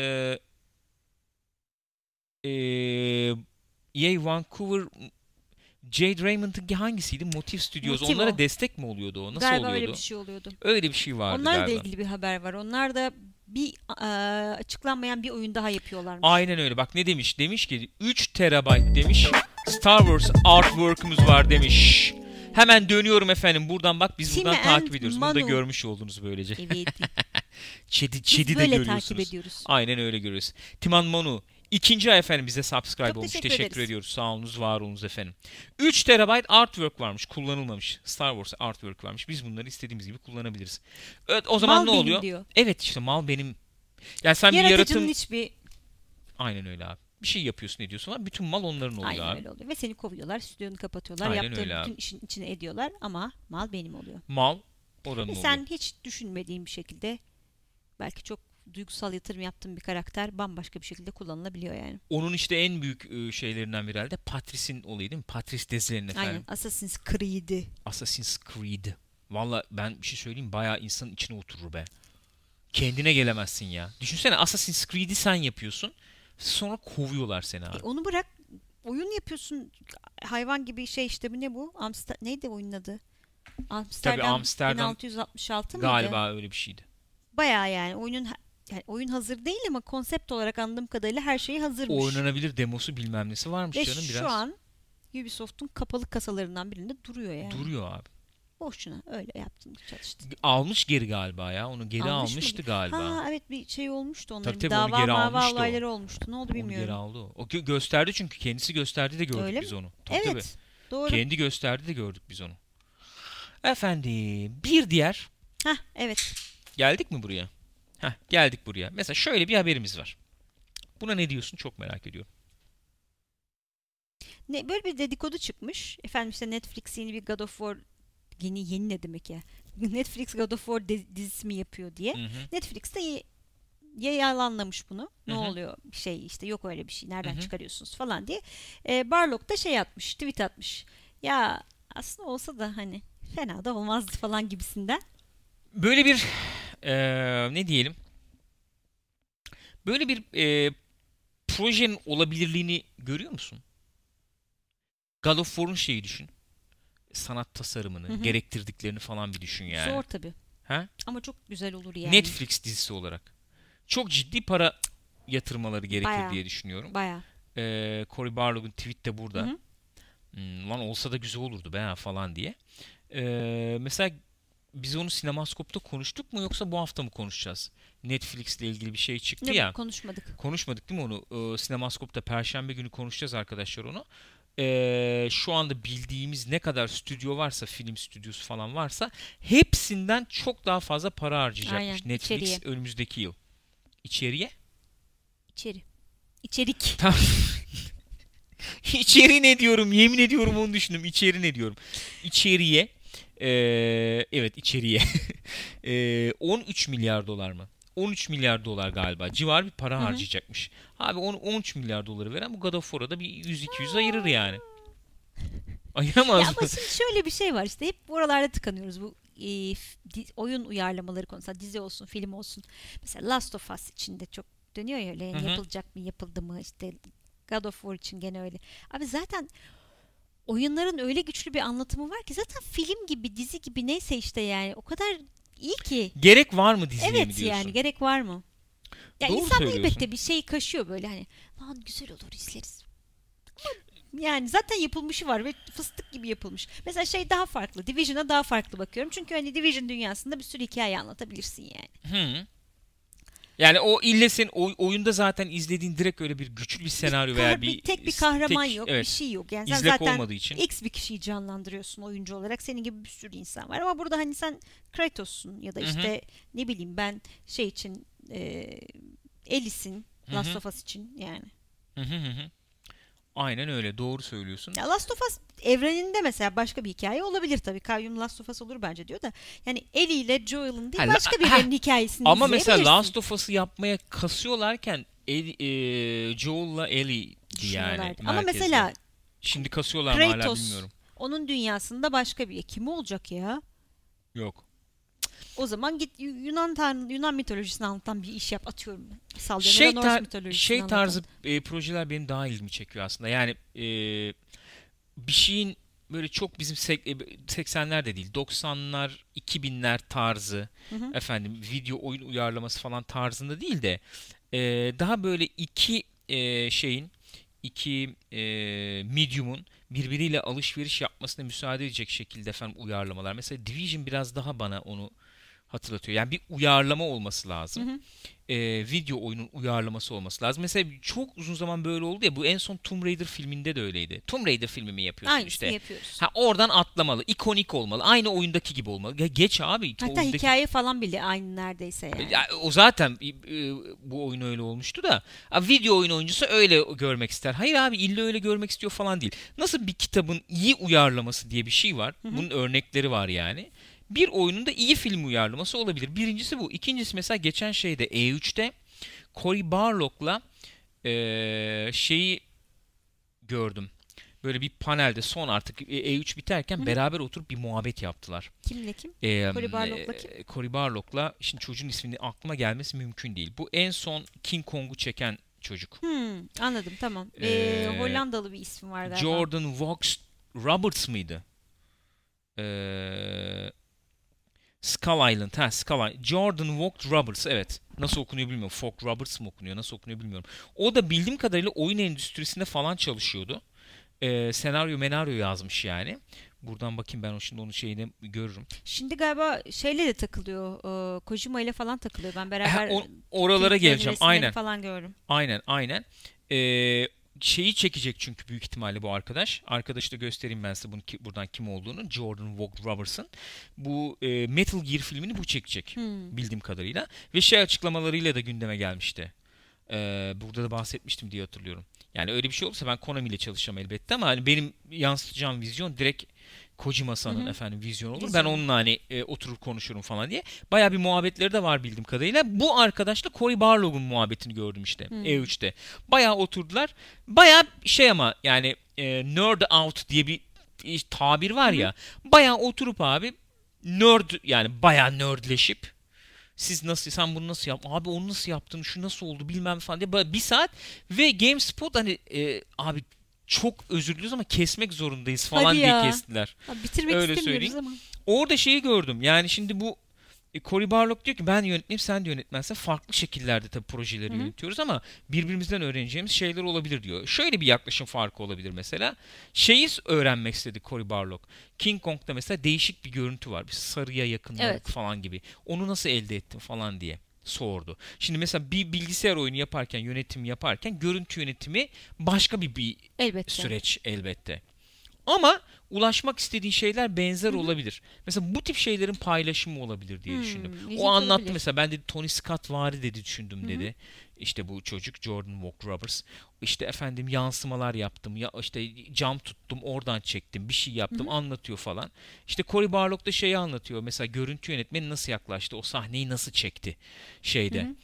e, E A Vancouver Jade Raymond'ın hangisiydi? Motive Studios. Motive Onlara o. destek mi oluyordu o? Nasıl Galiba öyle oluyordu? bir şey oluyordu. Öyle bir şey vardı Onlarla da galiba. ilgili bir haber var. Onlar da bir e, açıklanmayan bir oyun daha yapıyorlarmış. Aynen öyle. Bak ne demiş? Demiş ki üç terabayt demiş. Star Wars artwork'umuz var demiş. Hemen dönüyorum efendim. Buradan bak biz Tim buradan and takip ediyoruz. Bunu da Manu. görmüş oldunuz böylece. Evet. Chat'i Biz chat'i de böyle takip görüyorsunuz. ediyoruz. Aynen öyle görüyoruz. Timan Manu ikinci ay efendim bize subscribe Çok olmuş. teşekkür Teşekkür ederiz. ediyoruz. Sağ olunuz, var olunuz efendim. üç terabayt artwork varmış. Kullanılmamış. Star Wars artwork varmış. Biz bunları istediğimiz gibi kullanabiliriz. Evet, o zaman Mal ne benim oluyor? diyor. Evet, işte mal benim. Yani sen bir Yaratıcının yaratım... hiçbir... Aynen öyle abi. Bir şey yapıyorsun, ediyorsun ama bütün mal onların oluyor Aynen abi. öyle oluyor. Ve seni kovuyorlar, stüdyonu kapatıyorlar. Aynen Yaptığın öyle bütün abi. işin içine ediyorlar ama mal benim oluyor. Mal oranın Ve oluyor. sen hiç düşünmediğin bir şekilde, belki çok duygusal yatırım yaptığın bir karakter bambaşka bir şekilde kullanılabiliyor yani. Onun işte en büyük e, şeylerinden biri herhalde Patrice'in olayı değil mi? Patrice Dezler'in efendim. Aynen. Assassin's Creed'i. Assassin's Creed. Valla ben bir şey söyleyeyim, bayağı insanın içine oturur be. Kendine gelemezsin ya. Düşünsene, Assassin's Creed'i sen yapıyorsun. Sonra kovuyorlar seni abi. E, onu bırak. Oyun yapıyorsun. Hayvan gibi şey işte, bu ne bu? Amster neydi oyunun adı? Amsterdam, Amsterdam bin altı yüz altmış altı mıydı? Galiba öyle bir şeydi. Bayağı yani oyunun yani oyun hazır değil ama konsept olarak anladığım kadarıyla her şeyi hazırmış. Oynanabilir demosu bilmem nesi varmış Ve canım biraz. şu an Ubisoft'un kapalı kasalarından birinde duruyor yani. Duruyor abi. Boşuna öyle yaptım, çalıştım. Almış geri galiba ya. Onu geri Almış almıştı mıydı? galiba. Ha evet, bir şey olmuştu onların. Tabii tabii, bir onu dava geri mava almıştı o. olayları olmuştu. Ne oldu Onu geri bilmiyorum. aldı o. O gö- gösterdi çünkü kendisi gösterdi de gördük Öyle biz mi? onu. Tabii Evet. tabii. Doğru. Kendi gösterdi de gördük biz onu. Efendim bir diğer, Hah evet. geldik mi buraya? Heh, geldik buraya. Mesela şöyle bir haberimiz var. Buna ne diyorsun, çok merak ediyorum. Ne, böyle bir dedikodu çıkmış. Efendim işte Netflix yeni bir God of War, yeni yeni ne demek ya? Netflix God of War de- dizisi mi yapıyor diye. Hı hı. Netflix'te y- ya yalanlamış bunu. Ne Hı hı. oluyor bir şey işte, yok öyle bir şey. Nereden Hı hı. çıkarıyorsunuz falan diye. Ee, Barlog da şey atmış, tweet atmış. Ya aslında olsa da hani fena da olmazdı falan gibisinden. Böyle bir eee, ne diyelim? Böyle bir eee, projenin olabilirliğini görüyor musun? God of War'un şeyi düşün. Sanat tasarımını, Hı hı. gerektirdiklerini falan bir düşün yani. Zor tabii. Ha? Ama çok güzel olur yani. Netflix dizisi olarak. Çok ciddi para yatırmaları gerekir Bayağı. diye düşünüyorum. Bayağı. Ee, Cory Barlog'un tweet de burada. Hı hı. Hmm, lan olsa da güzel olurdu be ha falan diye. Ee, mesela biz onu Sinemaskop'ta konuştuk mu yoksa bu hafta mı konuşacağız? Netflix'le ilgili bir şey çıktı Ne bu, ya. konuşmadık. Konuşmadık değil mi onu? Ee, Sinemaskop'ta Perşembe günü konuşacağız arkadaşlar onu. Ee, şu anda bildiğimiz ne kadar stüdyo varsa, film stüdyosu falan varsa hepsinden çok daha fazla para harcayacakmış Aynen, Netflix içeriye. önümüzdeki yıl. İçeriye? İçeri. İçerik. Tamam. İçeri ne diyorum? Yemin ediyorum onu düşündüm. İçeri ne diyorum? İçeriye ee, evet içeriye ee, on üç milyar dolar mı? on üç milyar dolar galiba civar bir para Hı hı. harcayacakmış. Abi onu on üç milyar doları veren bu God of War'a da bir yüz iki yüz ayırır yani. Ayıramaz Ya mı? ama şimdi şöyle bir şey var işte, hep buralarda tıkanıyoruz bu e, f- di- oyun uyarlamaları konusunda, dizi olsun film olsun. Mesela Last of Us için de çok dönüyor ya öyle, Hı hı. yapılacak mı yapıldı mı, işte God of War için gene öyle. Abi zaten oyunların öyle güçlü bir anlatımı var ki, zaten film gibi dizi gibi neyse işte yani o kadar iyi ki. Gerek var mı diziye mi Evet diyorsun? yani gerek var mı? Ya Doğru insan söylüyorsun. elbette bir şey kaşıyor böyle hani. Lan güzel olur izleriz. Yani zaten yapılmışı var ve fıstık gibi yapılmış. Mesela şey daha farklı. Division'a daha farklı bakıyorum. Çünkü hani Division dünyasında bir sürü hikaye anlatabilirsin yani. Hı. Yani o ille senin oy- oyunda zaten izlediğin direkt öyle bir güçlü bir senaryo Bir veya kah- bir bir tek bir s- kahraman tek- yok, evet, bir şey yok. Yani sen izlek zaten olmadığı için. X bir kişiyi canlandırıyorsun oyuncu olarak. Senin gibi bir sürü insan var. Ama burada hani sen Kratos'sun ya da Hı hı. işte ne bileyim ben şey için e, Alice'in Hı Last hı. of Us için yani. Hı hı hı hı. Aynen öyle. Doğru söylüyorsun. Ya Last of Us evreninde mesela başka bir hikaye olabilir tabii. Kayyum Last of Us olur bence diyor da. Yani Ellie ile Joel'ın değil Ha, la- başka bir ha. evrenin hikayesini Ama mesela izleyebilirsin. Last of Us'ı yapmaya kasıyorlarken El, e, Joel'la Ellie'di yani Düşünüyorlardı. Ama merkezde. mesela Şimdi kasıyorlar mı hala Kratos bilmiyorum. onun dünyasında başka bir kimi olacak ya? Yok. O zaman git Yu- Yunan tanrı, Yunan mitolojisini anlatan bir iş yap atıyorum. Sallıyorum Şey, ya da Norse tar- mitolojisini şey anlatan. tarzı e, projeler benim daha ilgimi çekiyor aslında. Yani e, bir şeyin böyle çok bizim sek- e, seksenlerde değil doksanlar iki binler tarzı Hı hı. efendim video oyun uyarlaması falan tarzında değil de e, daha böyle iki e, şeyin iki e, medium'un birbiriyle alışveriş yapmasına müsaade edecek şekilde efendim uyarlamalar. Mesela Division biraz daha bana onu hatırlatıyor. Yani bir uyarlama olması Hı lazım. hı. E, video oyunun uyarlaması olması lazım. Mesela çok uzun zaman böyle oldu ya. Bu en son Tomb Raider filminde de öyleydi. Tomb Raider filmi mi yapıyorsun Aynısını işte? yapıyoruz. Ha, oradan atlamalı, ikonik olmalı. Aynı oyundaki gibi olmalı. Ya geç abi. Hatta oyundaki- hikaye falan bile aynı neredeyse yani. Ya, o zaten e, bu oyun öyle olmuştu da. Ha, video oyun oyuncusu öyle görmek ister. Hayır abi illa öyle görmek istiyor falan değil. Nasıl bir kitabın iyi uyarlaması diye bir şey var. Hı hı. Bunun örnekleri var yani. Bir oyunun da iyi film uyarlaması olabilir. Birincisi bu. İkincisi mesela geçen şeyde E üçte Cory Barlog'la eee, şeyi gördüm. Böyle bir panelde son artık E üç biterken Hı hı. beraber oturup bir muhabbet yaptılar. Kimle kim? Eee, Cory Barlog'la kim? eee, Cory Barlog'la şimdi çocuğun ismini aklıma gelmesi mümkün değil. Bu en son King Kong'u çeken çocuk. Hmm, anladım tamam. Ee, Eee, Hollandalı bir ismi var galiba. Jordan Vogt Roberts mıydı? Eee Skull Island. Ha, Skull Island. Jordan Vogt Roberts. Evet. Nasıl okunuyor bilmiyorum. Vogt Roberts mı okunuyor? Nasıl okunuyor bilmiyorum. O da bildiğim kadarıyla oyun endüstrisinde falan çalışıyordu. Ee, senaryo menaryo yazmış yani. Buradan bakayım ben o şimdi onun şeyini görürüm. Şimdi galiba şeyle de takılıyor. E, Kojima ile falan takılıyor. Ben Ha, beraber o- oralara tweetlerini, geleceğim. resimlerini Aynen. falan gördüm. Aynen. Aynen. Ee, şeyi çekecek çünkü büyük ihtimalle bu arkadaş. Arkadaşı da göstereyim ben size bunun ki, buradan kim olduğunu. Jordan Vogt Roberts'ın. Bu e, Metal Gear filmini bu çekecek. Hmm. Bildiğim kadarıyla. Ve şey açıklamalarıyla da gündeme gelmişti. Ee, burada da bahsetmiştim diye hatırlıyorum. Yani öyle bir şey olursa ben Konami ile çalışacağım elbette ama hani benim yansıtacağım vizyon direkt Kojima-san'ın Hı hı. efendim vizyonu olur. Ben Vizyonu. onunla hani e, oturur konuşurum falan diye. Bayağı bir muhabbetleri de var bildiğim kadarıyla. Bu arkadaşla Cory Barlog'un muhabbetini gördüm işte Hmm. E üçte. Bayağı oturdular. Bayağı şey ama yani e, nerd out diye bir e, tabir var Hı hı. ya. Bayağı oturup abi nerd yani bayağı nerdleşip siz nasıl sen bunu nasıl yap abi onu nasıl yaptın şu nasıl oldu bilmem falan diye böyle bir saat ve GameSpot hani e, abi çok özür diliyoruz ama kesmek zorundayız falan Hadi diye ya. kestiler. Abi bitirmek Öyle istemiyoruz söyleyeyim. ama. Orada şeyi gördüm. Yani şimdi bu e, Cory Barlog diyor ki ben yönetmeyeyim sen de yönetmensen farklı şekillerde tabii projeleri Hı hı. yönetiyoruz ama birbirimizden öğreneceğimiz şeyler olabilir diyor. Şöyle bir yaklaşım farkı olabilir mesela. Şeyi öğrenmek istedi Cory Barlog. King Kong'da mesela değişik bir görüntü var. Bir sarıya yakınlık Evet. falan gibi. Onu nasıl elde ettin falan diye sordu. Şimdi mesela bir bilgisayar oyunu yaparken, yönetim yaparken görüntü yönetimi başka bir, bir Elbette. süreç elbette. Ama ulaşmak istediğin şeyler benzer Hı hı. olabilir. Mesela bu tip şeylerin paylaşımı olabilir diye Hmm, düşündüm. ilginç O anlattı olabilir. mesela ben dedi Tony Scott vari dedi düşündüm Hı hı. dedi. İşte bu çocuk Jordan Vogt Roberts. İşte efendim yansımalar yaptım. Ya işte cam tuttum, oradan çektim, bir şey Hı yaptım hı. anlatıyor falan. İşte Cory Barlog da şeyi anlatıyor. Mesela görüntü yönetmeni nasıl yaklaştı, o sahneyi nasıl çekti Hı şeyde. hı.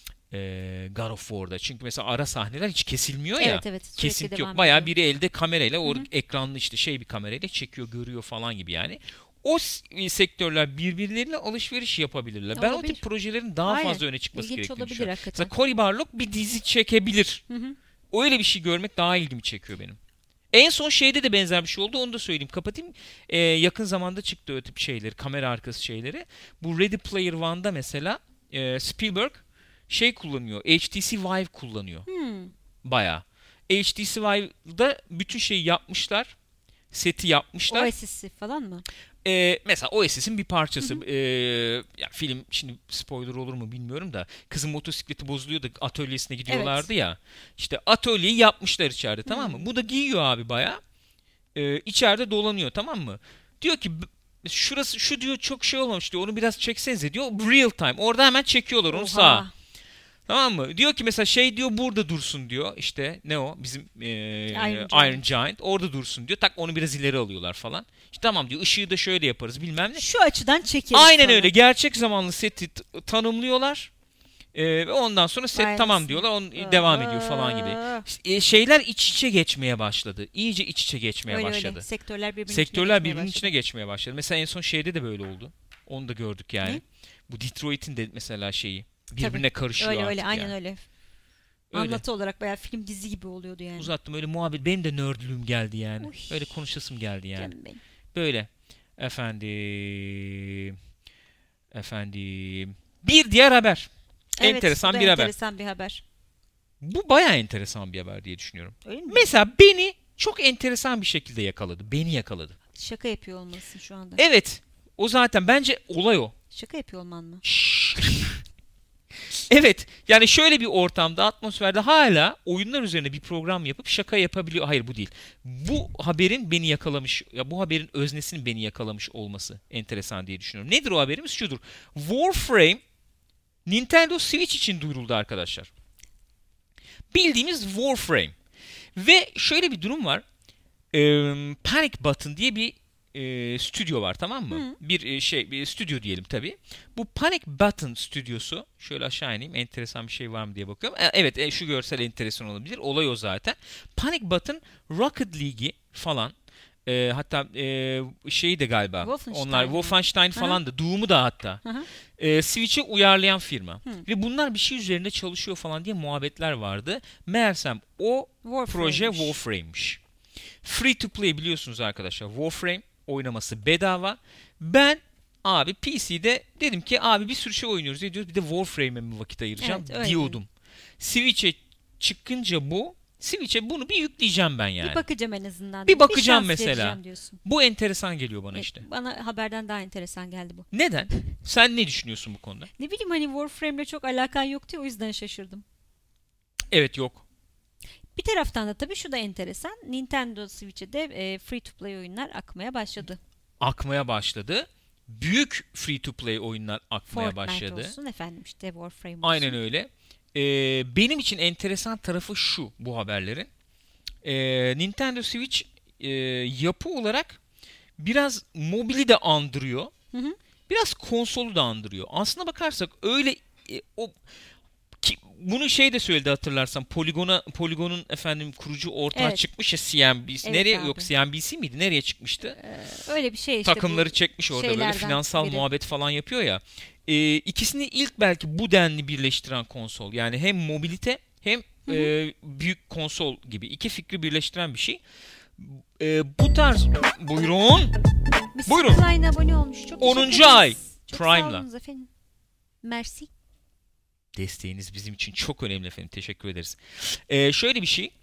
e, God of War'da. Çünkü mesela ara sahneler hiç kesilmiyor ya. Evet evet sürekli Kesinti devam yok. Bayağı ediyor. biri elde kamerayla o Hı hı. ekranlı işte şey bir kamerayla çekiyor, görüyor falan gibi yani. O s- sektörler birbirleriyle alışveriş yapabilirler. Ben o Olabilir. tip projelerin daha Aynen. fazla öne çıkması İlginç gerektiğini olabilir düşünüyorum. hakikaten. Mesela Cory Barlog bir dizi çekebilir. Hı hı. Öyle bir şey görmek daha ilgimi çekiyor benim. En son şeyde de benzer bir şey oldu. Onu da söyleyeyim. Kapatayım. Ee, yakın zamanda çıktı o tip şeyleri. Kamera arkası şeyleri. Bu Ready Player One'da mesela e, Spielberg şey kullanıyor. H T C Vive kullanıyor. Hmm. Bayağı. H T C Vive'da bütün şeyi yapmışlar. Seti yapmışlar. Oasis'i falan mı? Ee, mesela Oasis'in bir parçası. Hı hı. Ee, ya film şimdi spoiler olur mu bilmiyorum da kızın motosikleti bozuluyor da atölyesine gidiyorlardı Evet. ya. İşte atölyeyi yapmışlar içeride, tamam mı? Hmm. Bu da giyiyor abi bayağı. Ee, içeride dolanıyor, tamam mı? Diyor ki "B- şurası şu diyor çok şey olmamış diyor. Onu biraz çeksenize diyor. Real time. Orada hemen çekiyorlar onu sağa. Oha. Tamam mı? Diyor ki mesela şey diyor burada dursun diyor. İşte ne o? Bizim ee, Iron Iron Giant. Giant. Orada dursun diyor. Tak onu biraz ileri alıyorlar falan. İşte tamam diyor. Işığı da şöyle yaparız bilmem ne. Şu açıdan çekeriz Aynen sonra. öyle. Gerçek zamanlı seti t- tanımlıyorlar. Ee, ve ondan sonra set Vay tamam anasını. diyorlar. On, devam ediyor falan gibi. Aa. İşte, e, şeyler iç içe geçmeye başladı. İyice iç içe geçmeye Öyle başladı. öyle. Sektörler birbirinin Sektörler içine birbirinin geçmeye içine geçmeye başladı. Mesela en son şeyde de böyle oldu. Onu da gördük yani. Ne? Bu Detroit'in de mesela şeyi Tabii. birbirine karışıyor Öyle artık öyle. Aynen yani. öyle. Öyle. Anlatı olarak bayağı film dizi gibi oluyordu yani. Uzattım öyle muhabbet. Benim de nerdlüğüm geldi yani. Uy. Öyle konuşasım geldi yani. Canım benim. Böyle. Efendim. Efendim. Bir diğer haber. Evet, Enteresan bu da bir haber. enteresan bir haber. Bu bayağı enteresan bir haber diye düşünüyorum. Öyle mi? Mesela beni çok enteresan bir şekilde yakaladı. Beni yakaladı. Şaka yapıyor olmalısın şu anda. Evet. O zaten bence olay o. Şaka yapıyor olman mı? Şşş. Evet. Yani şöyle bir ortamda, atmosferde hala oyunlar üzerine bir program yapıp şaka yapabiliyor. Hayır bu değil. Bu haberin beni yakalamış, ya bu haberin öznesinin beni yakalamış olması enteresan diye düşünüyorum. Nedir o haberimiz? Şudur. Warframe Nintendo Switch için duyuruldu arkadaşlar. Bildiğimiz Warframe. Ve şöyle bir durum var. Ee, Panic Button diye bir e, stüdyo var, tamam mı? Hı. Bir e, şey bir stüdyo diyelim tabii. Bu Panic Button stüdyosu, şöyle aşağı ineyim, enteresan bir şey var mı diye bakıyorum. E, evet e, şu görsel enteresan olabilir. Olay o zaten. Panic Button Rocket League'i falan, e, hatta e, şeyi de galiba Wolfenstein onlar mi? Wolfenstein falan da, Doom'u da hatta Hı hı. e, Switch'e uyarlayan firma. Hı. Ve bunlar bir şey üzerinde çalışıyor falan diye muhabbetler vardı. Meğersem o proje Warframe'miş. Warframe'miş. Free to play biliyorsunuz arkadaşlar. Warframe oynaması bedava. Ben abi P C'de dedim ki abi bir sürü şey oynuyoruz ediyoruz. Bir de Warframe'e mi vakit ayıracağım Evet, öyle. diyordum. Switch'e çıkınca bu, Switch'e bunu bir yükleyeceğim ben yani. Bir bakacağım en azından. Bir bakacağım şans mesela. vereceğim diyorsun. Bu enteresan geliyor bana E, işte. Bana haberden daha enteresan geldi bu. Neden? Sen ne düşünüyorsun bu konuda? Ne bileyim hani Warframe'le çok alakan yoktu ya, o yüzden şaşırdım. Evet, yok. Bir taraftan da tabii şu da enteresan. Nintendo Switch'e de e, free to play oyunlar akmaya başladı. Akmaya başladı. Büyük free to play oyunlar akmaya Fortnite başladı. olsun efendim, işte Warframe olsun. Aynen öyle. Ee, benim için enteresan tarafı şu bu haberlerin. Ee, Nintendo Switch e, yapı olarak biraz mobili de andırıyor. Hı hı. Biraz konsolu da andırıyor. Aslına bakarsak öyle e, o ki, bunu şey de söyledi hatırlarsan. Polygon'a Polygon'un efendim kurucu ortağı Evet. çıkmış ya, C N B C. Evet Nereye abi. yok C N B C miydi? Nereye çıkmıştı? Ee, öyle bir şey işte. Takımları bu çekmiş orada, böyle şeylerden finansal biri. muhabbet falan yapıyor ya. Ee, ikisini ilk belki bu denli birleştiren konsol. Yani hem mobilite hem Hı hı. e, büyük konsol gibi iki fikri birleştiren bir şey. Ee, bu tarz buyurun Mister Buyurun. Klein abone olmuş. Çok onuncu teşekkür ederiz. ay Çok Prime'la. sağ olunuz efendim. Merci. Desteğiniz bizim için çok önemli efendim. Teşekkür ederiz. Ee, şöyle bir şey.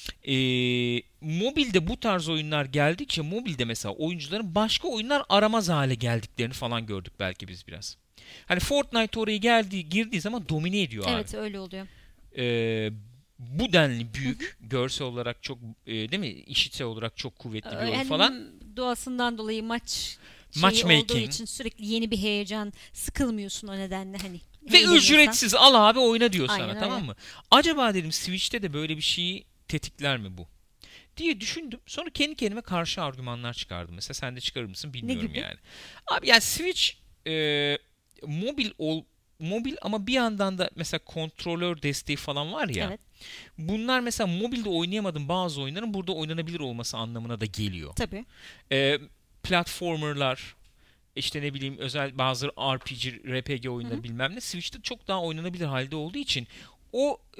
Ee, mobilde bu tarz oyunlar geldikçe mobilde mesela oyuncuların başka oyunlar aramaz hale geldiklerini falan gördük belki biz biraz. Hani Fortnite oraya geldiği girdiği zaman domine ediyor abi. Evet, öyle oluyor. Ee, bu denli büyük, görsel olarak çok e, değil mi? İşitsel olarak çok kuvvetli bir oyun Yani falan. doğasından dolayı maç şeyi Matchmaking. olduğu için sürekli yeni bir heyecan, sıkılmıyorsun o nedenle hani. Ve eğleniyorsan. ücretsiz, al abi oyna diyor Aynen sana, öyle. tamam mı? Acaba dedim Switch'te de böyle bir şeyi tetikler mi bu? Diye düşündüm. Sonra kendi kendime karşı argümanlar çıkardım. Mesela sen de çıkarır mısın bilmiyorum gibi? yani. Abi yani Switch e, mobil ol mobil ama bir yandan da mesela kontrolör desteği falan var ya. Evet. Bunlar mesela mobilde oynayamadığım bazı oyunların burada oynanabilir olması anlamına da geliyor. Tabii. E, platformerlar, işte ne bileyim özel bazı R P G, R P G oyunları Hı hı. bilmem ne Switch'te çok daha oynanabilir halde olduğu için o e,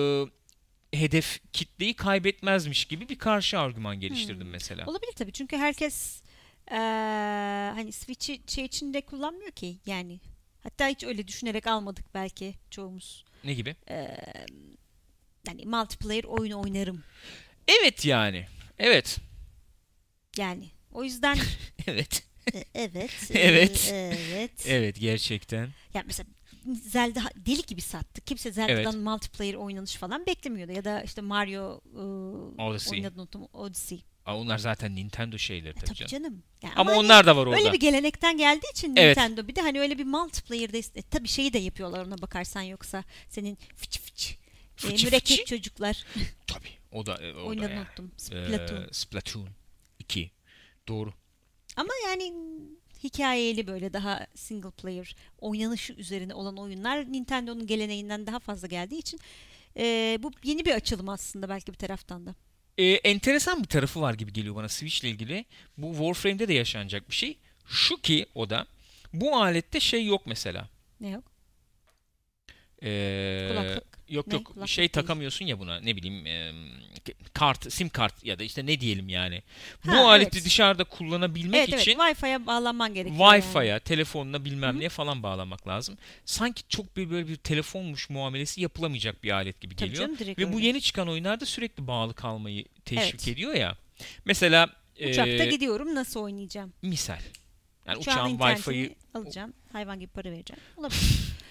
hedef kitleyi kaybetmezmiş gibi bir karşı argüman geliştirdim Hmm. mesela. Olabilir tabii, çünkü herkes eee, hani Switch'i şey içinde kullanmıyor ki yani. Hatta hiç öyle düşünerek almadık belki çoğumuz. Ne gibi? Ee, yani multiplayer oyun oynarım. Evet yani. Evet. Yani o yüzden Evet. e, evet. Evet. e, evet. Evet gerçekten. Ya mesela Zelda deli gibi sattı. Kimse Zelda'dan Evet. multiplayer oynanış falan beklemiyordu. Ya da işte Mario e, Odyssey. oyun adını unuttum. Odyssey. Aa, onlar zaten Nintendo şeyleri E, tabii tabii canım. canım. Yani Ama hani onlar da var orada. öyle bir gelenekten geldiği için Evet. Nintendo bir de hani öyle bir multiplayer'da e, tabii şeyi de yapıyorlar ona bakarsan yoksa senin fıç fıç, e, Fıçı mürekkep fıçı. çocuklar. Tabii. O da e, o Oyun da adını yani. unuttum. Ee, Splatoon. Splatoon iki. Doğru. Ama yani hikayeli böyle daha single player oynanışı üzerine olan oyunlar Nintendo'nun geleneğinden daha fazla geldiği için e, bu yeni bir açılım aslında belki bir taraftan da. Ee, enteresan bir tarafı var gibi geliyor bana Switch ile ilgili. Bu Warframe'de de yaşanacak bir şey. Şu ki o da bu alette şey yok mesela. Ne yok? Ee, Kulaklık. Yok Ne? yok Kulaklık şey değil. takamıyorsun ya buna ne bileyim e, kart sim kart ya da işte ne diyelim yani. Bu Ha, aleti evet. dışarıda kullanabilmek Evet için evet Wi-Fi'ye bağlanman gerekiyor Wi-Fi'ye, yani. telefonuna bilmem Hı hı. neye falan bağlamak lazım. Sanki çok bir böyle bir telefonmuş muamelesi yapılamayacak bir alet gibi Tabii geliyor. canım direkt Ve bu öyle. yeni çıkan oyunlarda sürekli bağlı kalmayı teşvik Evet. ediyor ya. Mesela Uçakta e, gidiyorum nasıl oynayacağım? misal. Yani Uçağın uçağın internetini Wi-Fi'yi alacağım. Hayvan gibi para vereceğim. Olabilir.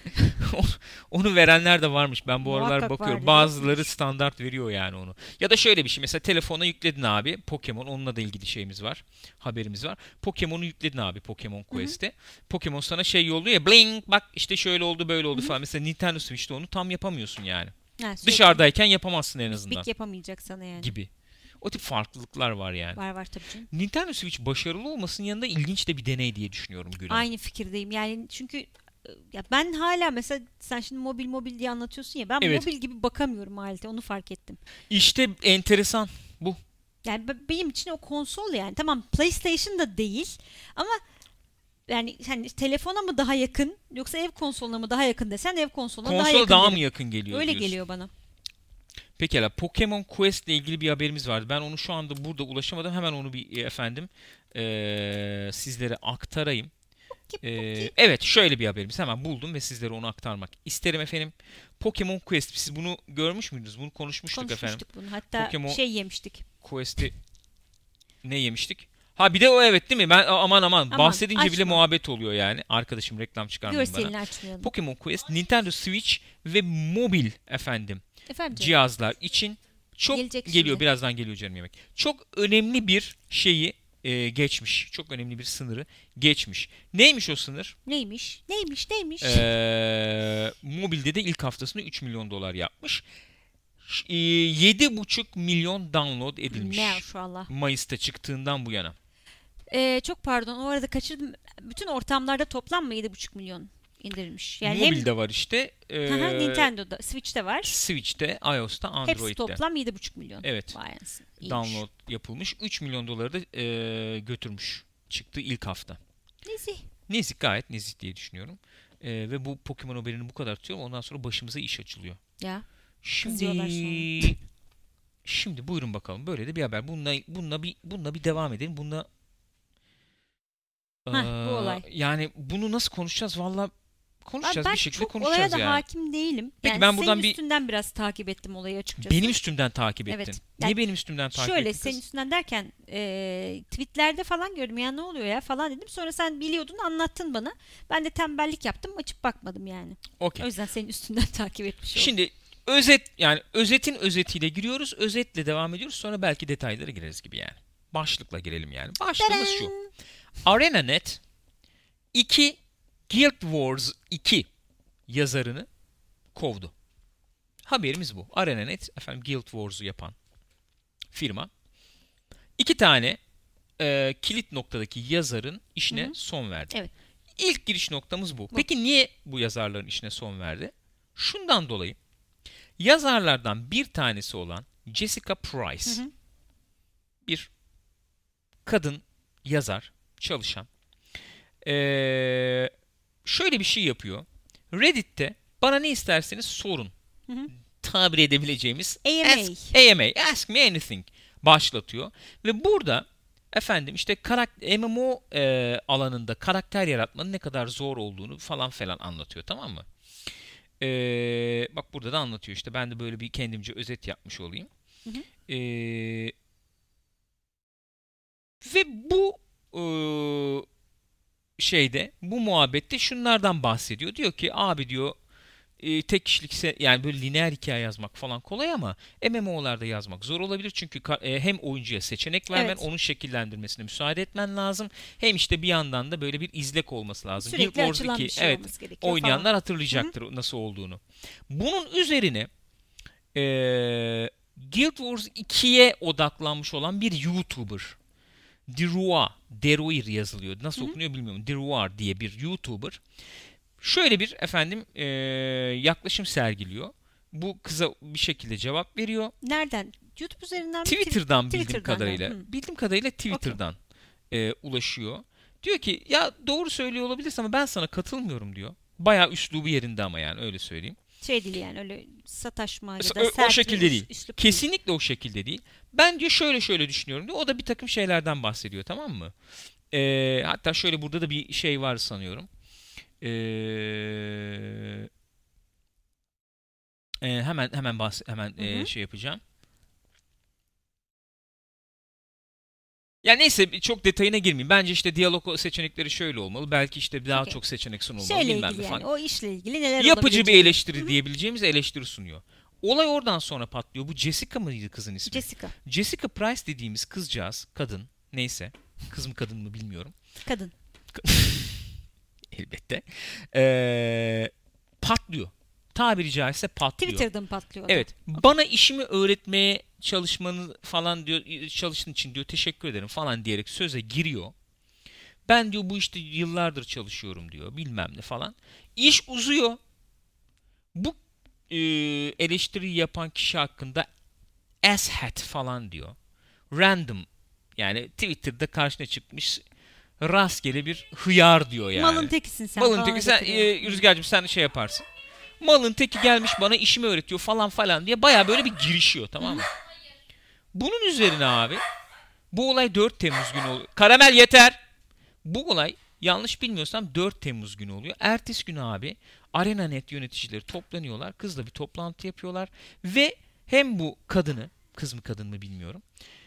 onu verenler de varmış. Ben bu aralar Muhakkak bakıyorum. vardır, Bazıları yokmuş. standart veriyor yani onu. Ya da şöyle bir şey. Mesela telefona yükledin abi. Pokemon. Onunla da ilgili şeyimiz var. Haberimiz var. Pokemon'u yükledin abi Pokemon Hı hı. Quest'e. Pokemon sana şey yolluyor ya. Bling bak işte şöyle oldu böyle oldu Hı hı. falan. Mesela Nintendo Switch'te onu tam yapamıyorsun yani. Ha, sürekli Dışarıdayken yapamazsın en bik azından. bik yapamayacak sana yani. Gibi. O tip farklılıklar var yani. Var var tabii canım. Nintendo Switch başarılı olmasının yanında ilginç de bir deney diye düşünüyorum Gül Hanım. Aynı fikirdeyim. Yani çünkü e, ya ben hala mesela sen şimdi mobil mobil diye anlatıyorsun ya ben Evet. mobil gibi bakamıyorum halde onu fark ettim. İşte enteresan bu. Yani be- benim için o konsol yani tamam PlayStation da değil ama yani hani telefona mı daha yakın yoksa ev konsoluna mı daha yakın desen ev konsoluna daha Konsola yakın daha derim. mı yakın geliyor Öyle diyorsun? geliyor bana. Pekala Pokemon Quest ile ilgili bir haberimiz vardı. Ben onu şu anda burada ulaşamadım. Hemen onu bir e, efendim e, sizlere aktarayım. Poki E, poki. evet şöyle bir haberimiz. Hemen buldum ve sizlere onu aktarmak isterim efendim. Pokemon Quest. Siz bunu görmüş müydünüz? Bunu konuşmuştuk, efendim. Konuşmuştuk bunu. Hatta Pokemon şey yemiştik. Quest'i ne yemiştik? Ha bir de o evet değil mi? Ben aman aman, Aman, bahsedince bile açma. muhabbet oluyor yani. Arkadaşım reklam çıkarmayın bana. Görselini açmayalım. Pokemon Quest Nintendo Switch ve mobil efendim Efendim canım, cihazlar için çok Gelecek geliyor. şimdi. Birazdan geliyor canım yemek. Çok önemli bir şeyi e, geçmiş. Çok önemli bir sınırı geçmiş. Neymiş o sınır? neymiş? Neymiş? Neymiş? Ee, mobilde de ilk haftasında üç milyon dolar yapmış. Ş- e, yedi buçuk milyon download edilmiş. Maşallah. Mayıs'ta çıktığından bu yana. Ee, çok pardon o arada kaçırdım. Bütün ortamlarda toplam mı yedi buçuk milyon indirilmiş? Yani hem Mobilde var işte. e, Hı hı, Nintendo'da, Switch'te var. Switch'te, iOS'ta, Hepsi Android'de. toplam yedi buçuk milyon. Evet. Vay anasını. İyiymiş. Download yapılmış. üç milyon doları da e, götürmüş. Çıktı ilk hafta. Nezih. Nezih, gayet nezih diye düşünüyorum. E, ve bu Pokemon haberini bu kadar tutuyorum. Ondan sonra başımıza iş açılıyor. Ya. Şimdi Kızıyorlar sonra. şimdi buyurun bakalım. Böyle de bir haber. Bununla bununla bir bununla bir devam edelim. Bununla Hah, bu Eee, olay. yani bunu nasıl konuşacağız? Valla konuşacağız, Ben bir şekilde çok olaya konuşacağız da yani. hakim değilim. Peki Yani ben buradan senin bir- üstünden biraz takip ettim olayı açıkçası. Benim üstümden takip ettin. Evet. Niye Yani benim üstümden takip Şöyle ettin senin kız? üstünden derken e, tweetlerde falan gördüm ya ne oluyor ya falan dedim. Sonra sen biliyordun anlattın bana. Ben de tembellik yaptım açıp bakmadım yani. O Okey. yüzden senin üstünden takip etmiş oldum. Şimdi özet, yani özetin özetiyle giriyoruz. Özetle devam ediyoruz. Sonra belki detaylara gireriz gibi yani. Başlıkla girelim yani. Başlığımız şu. Tadam! ArenaNet iki Guild Wars iki yazarını kovdu. Haberimiz bu. ArenaNet efendim Guild Wars'u yapan firma iki tane e, kilit noktadaki yazarın işine Hı hı. son verdi. Evet. İlk giriş noktamız bu. Bu. Peki niye bu yazarların işine son verdi? Şundan dolayı yazarlardan bir tanesi olan Jessica Price, Hı hı. bir kadın yazar, çalışan. Ee, şöyle bir şey yapıyor. Reddit'te bana ne isterseniz sorun. Hı hı. Tabir edebileceğimiz A M A. Ask, A M A, Ask Me Anything başlatıyor. Ve burada efendim işte karakter, M M O e, alanında karakter yaratmanın ne kadar zor olduğunu falan falan anlatıyor, tamam mı? E, bak burada da anlatıyor işte, ben de böyle bir kendimce özet yapmış olayım. Hı hı. E, ve bu e, şeyde, bu muhabbette şunlardan bahsediyor. Diyor ki abi diyor, e, tek kişilik se- yani böyle lineer hikaye yazmak falan kolay ama M M O'larda yazmak zor olabilir. Çünkü ka- e, hem oyuncuya seçenek vermen, Evet. onun şekillendirmesine müsaade etmen lazım. Hem işte bir yandan da böyle bir izlek olması lazım. Guild Sürekli Wars açılan bir iki, şey evet, olması gerekiyor falan. oynayanlar Hı hı. hatırlayacaktır nasıl olduğunu. Bunun üzerine e, Guild Wars ikiye odaklanmış olan bir YouTuber, Deruar, Deruir yazılıyor. Hı Nasıl hı. okunuyor bilmiyorum. Deruar diye bir YouTuber şöyle bir efendim e, yaklaşım sergiliyor. Bu kıza bir şekilde cevap veriyor. Nereden? YouTube üzerinden mi? Tw- Twitter'dan bildiğim Twitter'dan ha. kadarıyla, Hı. bildiğim kadarıyla Okey. Twitter'dan e, ulaşıyor. Diyor ki ya doğru söylüyor olabilirsin ama ben sana katılmıyorum diyor. Bayağı üslubu yerinde ama, yani öyle söyleyeyim. Şey değil yani, öyle sataşma ya Mesela da o, o sert bir şekilde üs- değil. üslup değil. Kesinlikle o şekilde değil. Ben diyor şöyle şöyle düşünüyorum diyor. O da bir takım şeylerden bahsediyor, tamam mı? E, hatta şöyle burada da bir şey var sanıyorum. Eee e, hemen hemen bahs hemen Hı e, hı. şey yapacağım. Ya neyse, çok detayına girmeyeyim. Bence işte diyalog seçenekleri şöyle olmalı. Belki işte daha Okey. çok seçenek sunulmalı, Şeyle bilmem ilgili ne yani, falan. o işle ilgili neler Yapıcı bir olabileceğini. Hı eleştiri hı. diyebileceğimiz eleştiri sunuyor. Olay oradan sonra patlıyor. Bu Jessica mıydı kızın ismi? Jessica. Jessica Price dediğimiz kızcağız, kadın, neyse. Kız mı kadın mı bilmiyorum. Kadın. Elbette. Ee, patlıyor. Tabiri caizse patlıyor. Twitter'dan patlıyordu. Evet. Bana işimi öğretmeye çalışmanı falan diyor, çalıştığın için diyor teşekkür ederim falan diyerek söze giriyor. Ben diyor bu işte yıllardır çalışıyorum diyor, bilmem ne falan. İş uzuyor. Bu e, eleştiriyi yapan kişi hakkında asshat falan diyor. Random, yani Twitter'da karşına çıkmış rastgele bir hıyar diyor yani. Malın tekisin sen Malın falan teki sen, getiriyor. e, Rüzgar'cığım sen şey yaparsın. Malın teki gelmiş bana işimi öğretiyor falan falan diye baya böyle bir girişiyor, tamam mı? Bunun üzerine abi, bu olay dört Temmuz günü oluyor. Karamel yeter. Bu olay yanlış bilmiyorsam dört Temmuz günü oluyor. Ertesi günü abi ArenaNet yöneticileri toplanıyorlar. Kızla bir toplantı yapıyorlar. Ve hem bu kadını, kız mı kadın mı bilmiyorum.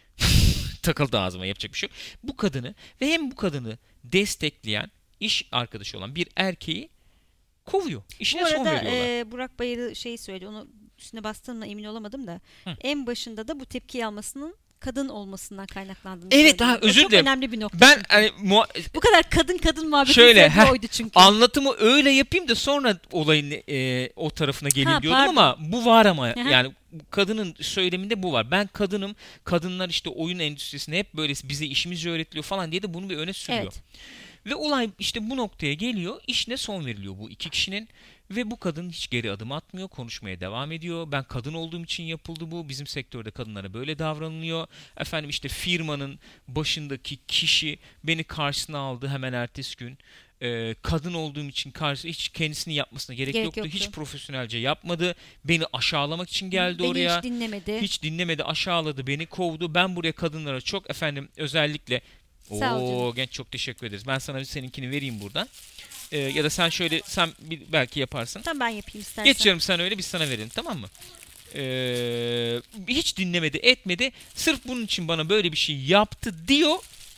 Takıldı ağzıma, yapacak bir şey yok. Bu kadını ve hem bu kadını destekleyen, iş arkadaşı olan bir erkeği kovuyor. İşine Bu son arada veriyorlar. e, Burak Bayırı şey söyledi, onu üstüne bastığımla emin olamadım da Hı. en başında da bu tepkiyi almasının kadın olmasından kaynaklandığını Evet, söylüyor. ha, O özür çok dilerim. önemli bir nokta Ben çünkü. hani, muha- Bu kadar kadın kadın muhabbeti Şöyle, sebebi heh, oydu çünkü. anlatımı öyle yapayım da sonra olayın e, o tarafına geleyim Ha, diyordum pardon. ama bu var ama Hı hı. yani kadının söyleminde bu var. Ben kadınım, kadınlar işte oyun endüstrisinde hep böyle bize işimizi öğretiliyor falan diye de bunu bir öne sürüyor. Evet. Ve olay işte bu noktaya geliyor. İşine son veriliyor bu iki kişinin. Ve bu kadın hiç geri adım atmıyor. Konuşmaya devam ediyor. Ben kadın olduğum için yapıldı bu. Bizim sektörde kadınlara böyle davranılıyor. Efendim işte firmanın başındaki kişi beni karşısına aldı hemen ertesi gün. Ee, kadın olduğum için karşı hiç kendisini yapmasına gerek, Gerek yoktu. yoktu. Hiç profesyonelce yapmadı. Beni aşağılamak için geldi Beni oraya. hiç dinlemedi. Hiç dinlemedi, aşağıladı, beni kovdu. Ben buraya kadınlara çok efendim özellikle Sağ ol Oo canım. genç, çok teşekkür ederiz. Ben sana seninkini vereyim buradan. Ee, ya da sen şöyle, sen bir, belki yaparsın. Tamam, ben yapayım istersen. Geç canım sen öyle, biz sana verelim, tamam mı? Ee, hiç dinlemedi etmedi. Sırf bunun için bana böyle bir şey yaptı diyor.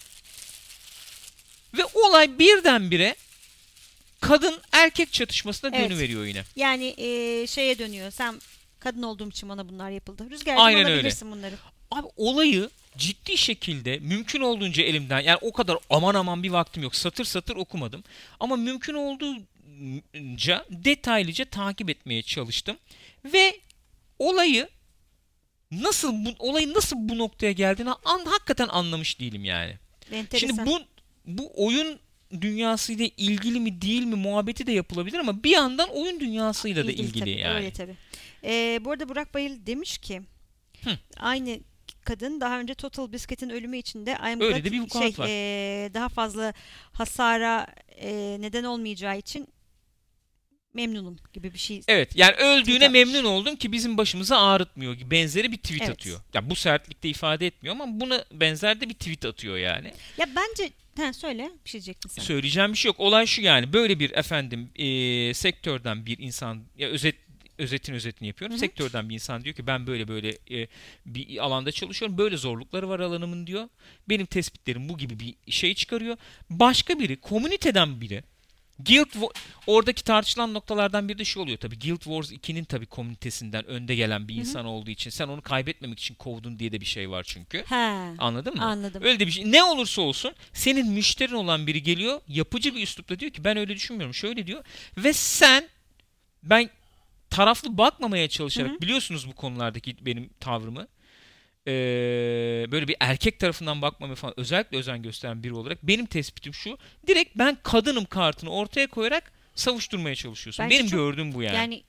Ve olay birdenbire kadın erkek çatışmasına Evet. dönüveriyor yine. Yani e, şeye dönüyor. Sen kadın olduğum için bana bunlar yapıldı. Rüzgar'cığım Aynen öyle. alabilirsin bunları. Abi olayı ciddi şekilde mümkün olduğunca elimden, yani o kadar aman aman bir vaktim yok. Satır satır okumadım. Ama mümkün olduğunca detaylıca takip etmeye çalıştım. Ve olayı nasıl bu, olayın nasıl bu noktaya geldiğini an, hakikaten anlamış değilim yani. Enteresan. Şimdi bu bu oyun dünyasıyla ilgili mi değil mi muhabbeti de yapılabilir ama bir yandan oyun dünyasıyla da İlgili ilgili tabii, yani. öyle tabii. Ee, bu arada Burak Bayıl demiş ki Hı. aynı kadın daha önce Total Biscuit'in ölümü için de I'm Öyle God- de bir vukuat şey, var. e, daha fazla hasara e, neden olmayacağı için memnunum gibi bir şey. Evet, yani öldüğüne Tweet memnun atmış. oldum ki bizim başımıza ağrıtmıyor gibi benzeri bir tweet Evet. atıyor. Ya bu sertlikte ifade etmiyor ama buna benzer de bir tweet atıyor yani. Ya bence ha, söyle bir şey diyecektin sen. Söyleyeceğim bir şey yok. Olay şu, yani böyle bir efendim e, sektörden bir insan, ya özet özetin özetini yapıyorum. Hı hı. Sektörden bir insan diyor ki ben böyle böyle e, bir alanda çalışıyorum. Böyle zorlukları var alanımın diyor. Benim tespitlerim bu gibi bir şey çıkarıyor. Başka biri, komüniteden biri, Guild Wa- oradaki tartışılan noktalardan biri de şu oluyor tabii. Guild Wars ikinin tabii komünitesinden önde gelen bir Hı hı. insan olduğu için sen onu kaybetmemek için kovdun diye de bir şey var çünkü. Ha, Anladın mı? anladım. Öyle de bir şey. Ne olursa olsun senin müşterin olan biri geliyor, yapıcı bir üslupla diyor ki ben öyle düşünmüyorum. Şöyle diyor ve sen, ben taraflı bakmamaya çalışarak, Hı hı. biliyorsunuz bu konulardaki benim tavrımı. Ee, böyle bir erkek tarafından bakmamaya falan özellikle özen gösteren biri olarak benim tespitim şu: direkt ben kadınım kartını ortaya koyarak savuşturmaya çalışıyorsun. Bence Benim çok gördüğüm bu yani. yani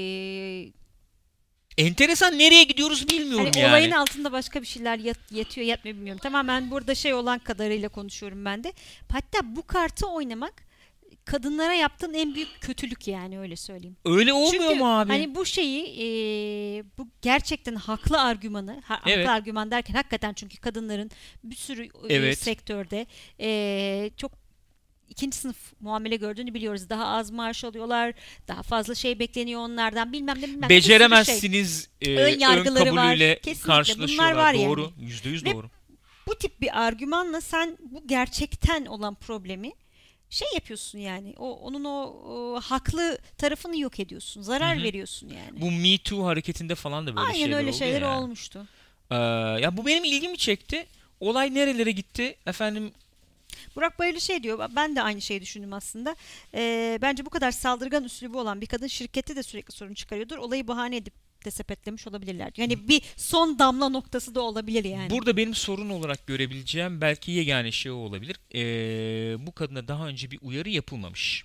eee, Enteresan, nereye gidiyoruz bilmiyorum hani yani. olayın altında başka bir şeyler yat- yatıyor yatmıyor bilmiyorum. Tamamen burada şey olan kadarıyla konuşuyorum ben de. Hatta bu kartı oynamak kadınlara yaptığın en büyük kötülük, yani öyle söyleyeyim. Öyle olmuyor Çünkü mu abi? hani bu şeyi eee, bu gerçekten haklı argümanı ha- Evet. haklı argüman derken hakikaten, çünkü kadınların bir sürü eee, Evet. sektörde eee, çok ikinci sınıf muamele gördüğünü biliyoruz. Daha az maaş alıyorlar, daha fazla şey bekleniyor onlardan, bilmem ne bilmem ne, bir sürü şey. Beceremezsiniz e, Ön ön yargıları var. kabulüyle Kesinlikle karşılaşıyorlar. bunlar var yani. Doğru. Yüzde yüz Ve doğru. bu tip bir argümanla sen bu gerçekten olan problemi şey yapıyorsun, yani o onun o, o haklı tarafını yok ediyorsun. Zarar Hı hı. veriyorsun yani. Bu Me Too hareketinde falan da böyle Aynen şeyler öyle oldu şeyler ya. olmuştu. Ee, ya bu benim ilgimi çekti. Olay nerelere gitti? Efendim, Burak Bayırlı şey diyor, ben de aynı şeyi düşündüm aslında. Ee, bence bu kadar saldırgan üslubu olan bir kadın şirkette de sürekli sorun çıkarıyordur. Olayı bahane edip de sepetlemiş olabilirler diyor. Yani bir son damla noktası da olabilir yani. burada benim sorun olarak görebileceğim belki yegane şey o olabilir. Ee, bu kadına daha önce bir uyarı yapılmamış.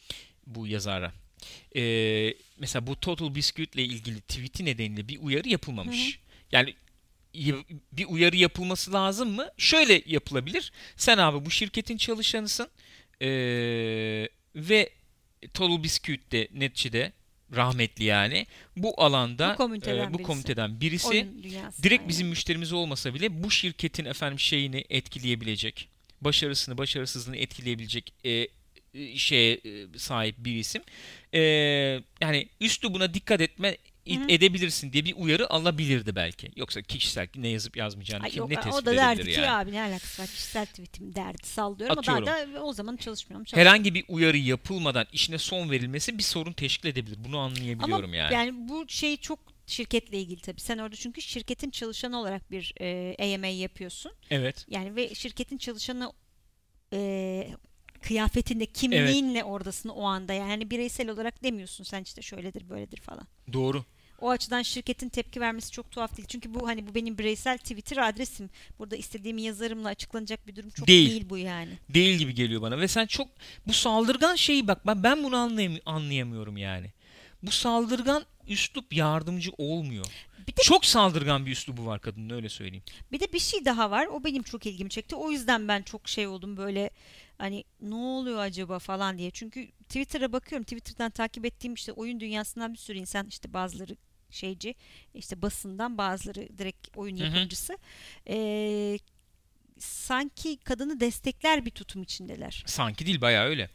Bu yazara. Ee, mesela bu Total Biscuit ile ilgili tweet'i nedeniyle bir uyarı yapılmamış. Hı hı. Yani y- bir uyarı yapılması lazım mı? Şöyle yapılabilir. Sen abi bu şirketin çalışanısın. Ee, ve Total Biscuit de neticede rahmetli yani. Bu alanda Bu komiteden e, bu birisi. komiteden birisi. Oyun dünyası. Direkt aynen. bizim müşterimiz olmasa bile bu şirketin efendim şeyini etkileyebilecek, başarısını, başarısızlığını etkileyebilecek e, e, şeye e, sahip bir isim. E, yani üslubuna dikkat etme Hı hı. edebilirsin diye bir uyarı alabilirdi belki. Yoksa kişisel ne yazıp yazmayacağını Ay kim yok, ne o tespit da derdi edebilir ki yani. abi ne alakası var, kişisel tweetim derdi, sallıyorum. O Atıyorum. da, da o zaman çalışmıyorum. çalışmıyorum. Herhangi bir uyarı yapılmadan işine son verilmesi bir sorun teşkil edebilir. Bunu Ama anlayabiliyorum yani. yani bu şey çok şirketle ilgili tabii. Sen orada çünkü şirketin çalışanı olarak bir e, A M A yapıyorsun. Evet. Yani ve şirketin çalışanı e, kıyafetinde, kimliğinle oradasın o anda. Yani hani bireysel olarak demiyorsun sen işte şöyledir böyledir falan. Doğru. O açıdan şirketin tepki vermesi çok tuhaf değil. Çünkü bu hani bu benim bireysel Twitter adresim. Burada istediğimi yazarımla açıklanacak bir durum çok Değil. değil bu yani. Değil gibi geliyor bana ve sen çok bu saldırgan şeyi, bak ben ben bunu anlayam- anlayamıyorum yani. Bu saldırgan üslup yardımcı olmuyor. Bir de Çok saldırgan bir üslubu var kadının, öyle söyleyeyim. Bir de bir şey daha var. O benim çok ilgimi çekti. O yüzden ben çok şey oldum böyle, hani ne oluyor acaba falan diye. Çünkü Twitter'a bakıyorum. Twitter'dan takip ettiğim işte oyun dünyasından bir sürü insan, işte bazıları şeyci, işte basından, bazıları direkt oyun Hı hı. yapımcısı. Ee, sanki kadını destekler bir tutum içindeler. Sanki değil, bayağı öyle.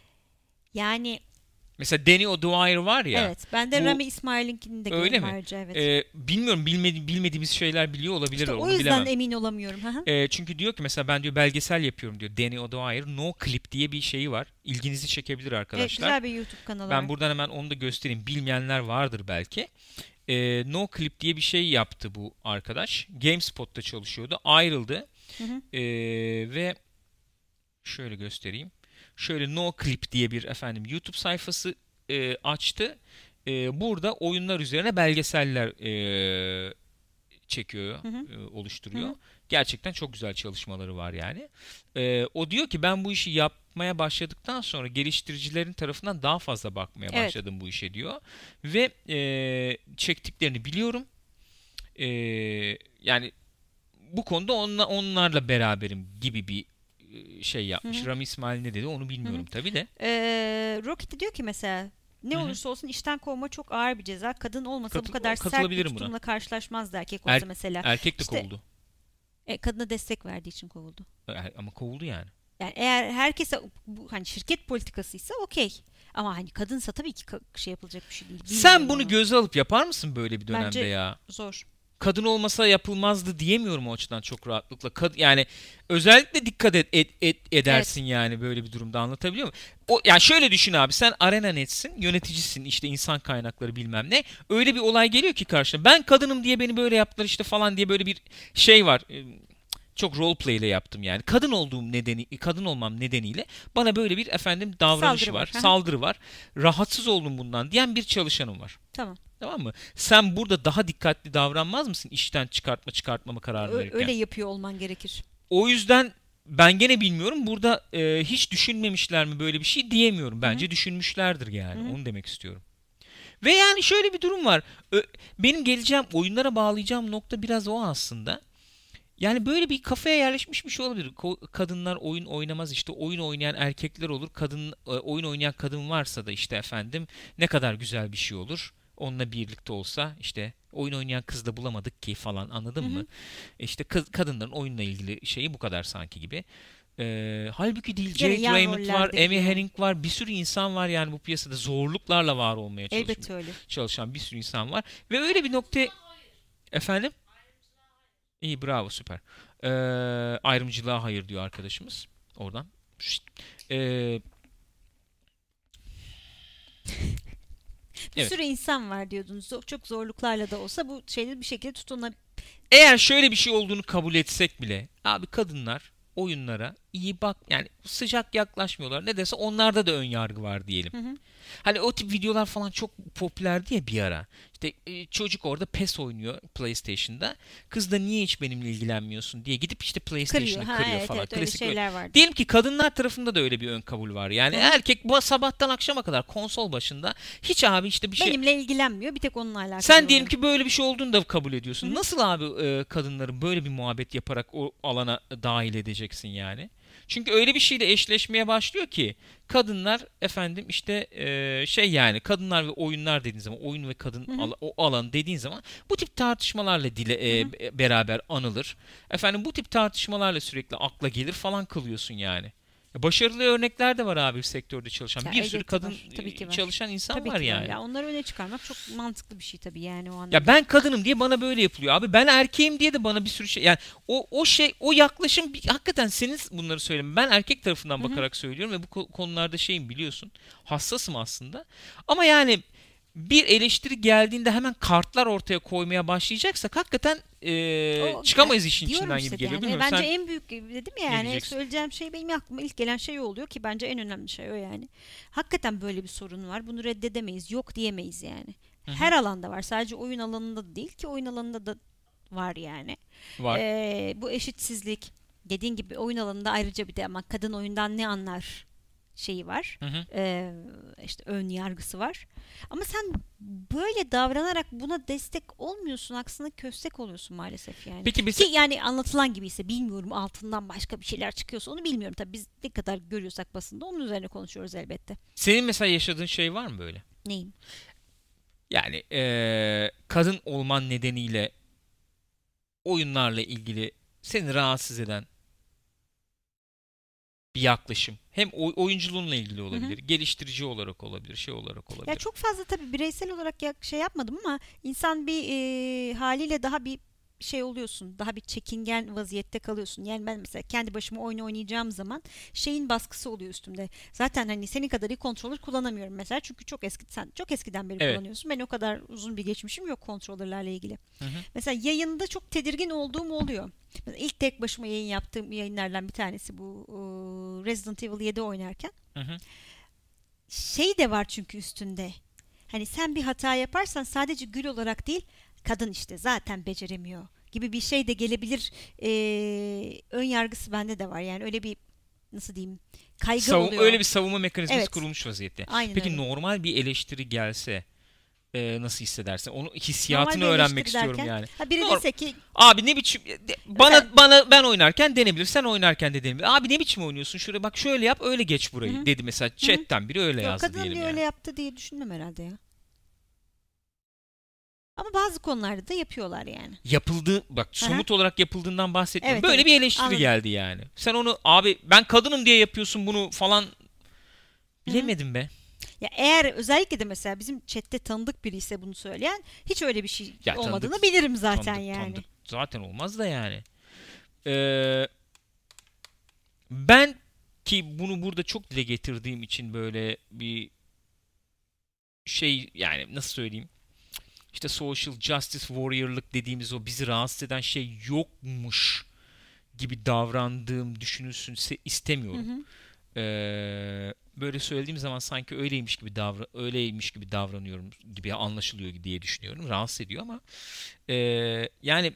Yani Mesela Danny O'Dwyer var ya. evet, ben de bu- Rami İsmail'inkini de Öyle gördüm mi? ayrıca, evet. e, bilmiyorum, bilmedi, bilmediğimiz şeyler biliyor olabilir. İşte onu o yüzden bilemem. emin olamıyorum. Hı hı. E, çünkü diyor ki mesela ben diyor belgesel yapıyorum diyor. Danny O'Dwyer No Clip diye bir şeyi var. İlginizi çekebilir Evet, arkadaşlar. güzel bir YouTube kanalı Ben var. buradan hemen onu da göstereyim. Bilmeyenler vardır belki. Ee, No Clip diye bir şey yaptı bu arkadaş. GameSpot'ta çalışıyordu. Ayrıldı. Hı hı. Ee, ve şöyle göstereyim. Şöyle No Clip diye bir efendim YouTube sayfası e, açtı. E, burada oyunlar üzerine belgeseller e, çekiyor, Hı hı. e, oluşturuyor. Hı hı. Gerçekten çok güzel çalışmaları var yani. E, o diyor ki ben bu işi yapmaya başladıktan sonra geliştiricilerin tarafından daha fazla bakmaya Evet. başladım bu işe diyor. Ve e, çektiklerini biliyorum. E, yani bu konuda onla, onlarla beraberim gibi bir e, şey yapmış. Hı hı. Rami İsmail ne dedi onu bilmiyorum Hı hı. tabii de. Ee, Rocket diyor ki mesela ne Hı hı. olursa olsun işten kovma çok ağır bir ceza. Kadın olmasa bu Katıl- kadar sert bir katılabilirim buna. tutumla karşılaşmazdı erkek Er- olsa mesela. erkek de İşte kovuldu. e, kadına destek verdiği için kovuldu. Er- ama kovuldu yani. Yani eğer herkese bu hani şirket politikasıysa okey. Ama hani kadınsa tabii ki ka- şey yapılacak bir şey değil. Sen Bilmiyorum bunu ama. göze alıp yapar mısın böyle bir dönemde Bence ya? zor. Kadın olmasa yapılmazdı diyemiyorum o açıdan çok rahatlıkla. Kad- yani özellikle dikkat et, et- et- edersin yani böyle bir durumda, anlatabiliyor muyum? O, yani şöyle düşün abi, sen Arena Net'sin, yöneticisin, işte insan kaynakları bilmem ne. Öyle bir olay geliyor ki karşına. Ben kadınım diye beni böyle yaptılar işte falan diye böyle bir şey var. Ee, Çok role play ile yaptım yani. Kadın olduğum nedeni, kadın olmam nedeniyle bana böyle bir efendim davranış Saldırı var, var. Hı hı. saldırı var. Rahatsız oldum bundan diyen bir çalışanım var. Tamam. Tamam mı? Sen burada daha dikkatli davranmaz mısın işten çıkartma çıkartmama kararı Ö- verirken? öyle yapıyor olman gerekir. O yüzden ben gene bilmiyorum. Burada e, hiç düşünmemişler mi böyle bir şey diyemiyorum. Bence düşünmüşlerdir yani. Hı hı. Onu demek istiyorum. Ve yani şöyle bir durum var. Ö- benim geleceğim, oyunlara bağlayacağım nokta biraz o aslında. Yani böyle bir kafaya yerleşmiş bir şey olabilir. Ko- kadınlar oyun oynamaz, işte oyun oynayan erkekler olur. Kadın e, oyun oynayan kadın varsa da işte efendim ne kadar güzel bir şey olur. Onunla birlikte olsa işte oyun oynayan kız da bulamadık ki falan, anladın Hı hı. mı? İşte kız, kadınların oyunla ilgili şeyi bu kadar sanki gibi. Ee, halbuki değil. Gene Jade yan Raymond var, rollerde Amy gidiyor. Hennig var. Bir sürü insan var yani bu piyasada zorluklarla var olmaya çalışan, Elbette öyle. çalışan bir sürü insan var. Ve öyle bir nokta, efendim? İyi, bravo, süper. Ee, ayrımcılığa hayır diyor arkadaşımız. Oradan. Şşt. Ee, Bir evet. sürü insan var diyordunuz. Zo- Çok zorluklarla da olsa bu şeyde bir şekilde tutunabilir. Eğer şöyle bir şey olduğunu kabul etsek bile abi, kadınlar oyunlara iyi bak yani, sıcak yaklaşmıyorlar. Ne dese onlarda da ön yargı var diyelim. Hı hı. Hani o tip videolar falan çok popülerdi ya bir ara. İşte e, çocuk orada PES oynuyor PlayStation'da. Kız da niye hiç benimle ilgilenmiyorsun diye gidip işte Kırıyor. PlayStation'ı Ha, kırıyor evet, falan. evet öyle Klasik böyle. şeyler vardı. Diyelim ki kadınlar tarafında da öyle bir ön kabul var. Yani Hı hı. erkek bu sabahtan akşama kadar konsol başında hiç abi işte bir şey. Benimle ilgilenmiyor. Bir tek onunla alakalı Sen diyelim oluyor. ki böyle bir şey olduğunu da kabul ediyorsun. Hı hı. Nasıl abi e, kadınları böyle bir muhabbet yaparak o alana dahil edeceksin yani? Çünkü öyle bir şeyle eşleşmeye başlıyor ki kadınlar efendim işte e, şey yani kadınlar ve oyunlar dediğin zaman, oyun ve kadın Hı hı. ala- o alan dediğin zaman bu tip tartışmalarla dile e, Hı hı. be- beraber anılır. Efendim bu tip tartışmalarla sürekli akla gelir falan kılıyorsun yani. Ya başarılı örnekler de var abi sektörde çalışan. Ya Bir sürü elbette kadın var. Tabii ki e, var. çalışan insan Tabii var ki var. yani. Ya onları öne çıkarmak çok mantıklı bir şey tabii yani o Ya anlamda. ben kadınım diye bana böyle yapılıyor. Abi ben erkeğim diye de bana bir sürü şey, yani o o şey, o yaklaşım bir- hakikaten senin bunları söyleme. Ben erkek tarafından Hı hı. bakarak söylüyorum ve bu ko- konularda şeyim, biliyorsun. Hassasım aslında. Ama yani bir eleştiri geldiğinde hemen kartlar ortaya koymaya başlayacaksak hakikaten eee, O, çıkamayız e, işin diyorum içinden işte gibi geliyor. yani. Bilmiyorum Bence sen en büyük dedim ya ne yani diyeceksin? söyleyeceğim şey benim aklıma ilk gelen şey o oluyor ki bence en önemli şey o yani. Hakikaten böyle bir sorun var. Bunu reddedemeyiz. Yok diyemeyiz yani. Hı Her hı. alanda var. Sadece oyun alanında da değil ki oyun alanında da var yani. Var. Ee, bu eşitsizlik dediğin gibi oyun alanında ayrıca bir de ama kadın oyundan ne anlar şeyi var. Hı hı. Ee, işte ön yargısı var. Ama sen böyle davranarak buna destek olmuyorsun. Aksine köstek oluyorsun maalesef yani. Peki Ki mesela yani anlatılan gibi ise bilmiyorum altından başka bir şeyler çıkıyorsa onu bilmiyorum. Tabii biz ne kadar görüyorsak basında onun üzerine konuşuyoruz elbette. senin mesela yaşadığın şey var mı böyle? Neyim? Yani eee, kadın olman nedeniyle oyunlarla ilgili seni rahatsız eden bir yaklaşım. Hem oy- oyunculuğunla ilgili Hı hı. olabilir, geliştirici olarak olabilir, şey olarak Ya olabilir. çok fazla tabii bireysel olarak ya- şey yapmadım ama insan bir e, haliyle daha bir şey oluyorsun. Daha bir çekingen vaziyette kalıyorsun. Yani ben mesela kendi başıma oyun oynayacağım zaman şeyin baskısı oluyor üstümde. Zaten hani senin kadar iyi controller kullanamıyorum mesela. Çünkü çok eski sen çok eskiden beri Evet. kullanıyorsun. Ben o kadar uzun bir geçmişim yok controller'larla ilgili. Hı hı. Mesela yayında çok tedirgin olduğum oluyor. Mesela ilk tek başıma yayın yaptığım yayınlardan bir tanesi bu e, Resident Evil yedi oynarken. Hı hı. Şey de var çünkü üstünde. Hani sen bir hata yaparsan sadece gül olarak değil, kadın işte zaten beceremiyor gibi bir şey de gelebilir. Ee, ön yargısı bende de var. Yani öyle bir nasıl diyeyim kaygı Savun- oluyor. öyle bir savunma mekanizması Evet, kurulmuş vaziyette. aynen Peki öyle. normal bir eleştiri gelse e, nasıl hissedersin? Onun hissiyatını Normal bir öğrenmek eleştiri istiyorum derken, yani. ha biri Norm- dese ki Abi ne biçim de- bana mesela, bana ben oynarken denebilir. Sen oynarken de denebilir. Abi ne biçim oynuyorsun? Şuraya bak, şöyle yap, öyle geç hı burayı hı, dedi mesela, hı hı. chatten biri öyle Yok, yazdı kadın diyelim diye öyle yani. yaptı diye düşünmem herhalde ya. Ama bazı konularda da yapıyorlar yani. Yapıldığı bak, Hı hı. somut olarak yapıldığından bahsetmiyorum. Evet, Böyle evet, bir eleştiri anladım. geldi yani. Sen onu abi ben kadınım diye yapıyorsun bunu falan, Hı hı. bilemedim be. Ya eğer özellikle de mesela bizim chatte tanıdık biri ise bunu söyleyen, hiç öyle bir şey Ya tanıdık olmadığını bilirim zaten tanıdık yani. tanıdık zaten olmaz da yani. Ee, Ben ki bunu burada çok dile getirdiğim için böyle bir şey, yani nasıl söyleyeyim? İşte social justice warrior'lık dediğimiz o bizi rahatsız eden şey yokmuş gibi davrandığım düşünülsün se- Hı istemiyorum. hı. Ee, böyle söylediğim zaman sanki öyleymiş gibi davra öyleymiş gibi davranıyorum gibi anlaşılıyor diye düşünüyorum. Rahatsız ediyor ama ee, yani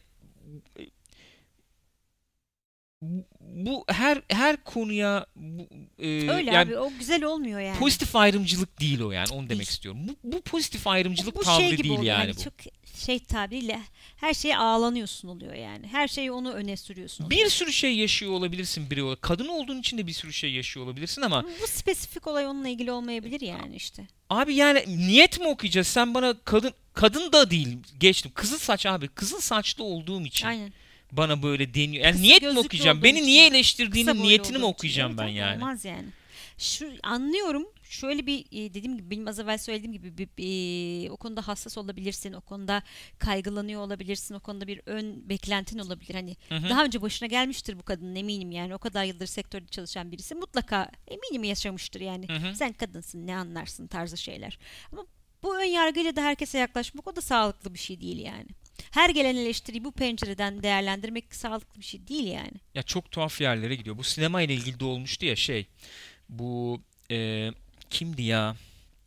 bu, bu her her konuya bu, ee, Öyle yani abi, o güzel olmuyor yani. pozitif ayrımcılık değil o, yani onu demek Değil. istiyorum. Bu, bu pozitif O- ayrımcılık Bu şey tavrı gibi değil oluyor yani hani, bu. çok şey tabiriyle her şeye ağlanıyorsun oluyor yani. Her şeyi onu öne sürüyorsun Bir oluyor. sürü şey yaşıyor olabilirsin biri olarak. Kadın olduğun için de bir sürü şey yaşıyor olabilirsin ama Ama bu spesifik olay onunla ilgili olmayabilir yani işte. abi yani niyet mi okuyacağız? Sen bana kadın kadın da değil, geçtim. Kızıl saç abi. Kızıl saçlı olduğum için Aynen. bana böyle deniyor. Yani Kısa niyet mi gözlüklü okuyacağım? olduğun Beni için, niye kısa eleştirdiğinin boylu niyetini mi olduğun için. okuyacağım Evet ben abi, yani? olmaz yani. Şu anlıyorum. Şöyle bir e, dediğim gibi, benim az evvel söylediğim gibi bir, bir- o konuda hassas olabilirsin. O konuda kaygılanıyor olabilirsin. O konuda bir ön beklentin olabilir. Hani Hı hı. daha önce başına gelmiştir bu kadının, eminim yani. O kadar yıldır sektörde çalışan birisi mutlaka eminim yaşamıştır yani. Hı hı. Sen kadınsın, ne anlarsın tarzı şeyler. Ama bu ön yargıyla da herkese yaklaşmak, o da sağlıklı bir şey değil yani. Her gelen eleştiriyi bu pencereden değerlendirmek sağlıklı bir şey değil yani. Ya çok tuhaf yerlere gidiyor. Bu sinema ile ilgili de olmuştu ya şey. Bu e, kimdi ya?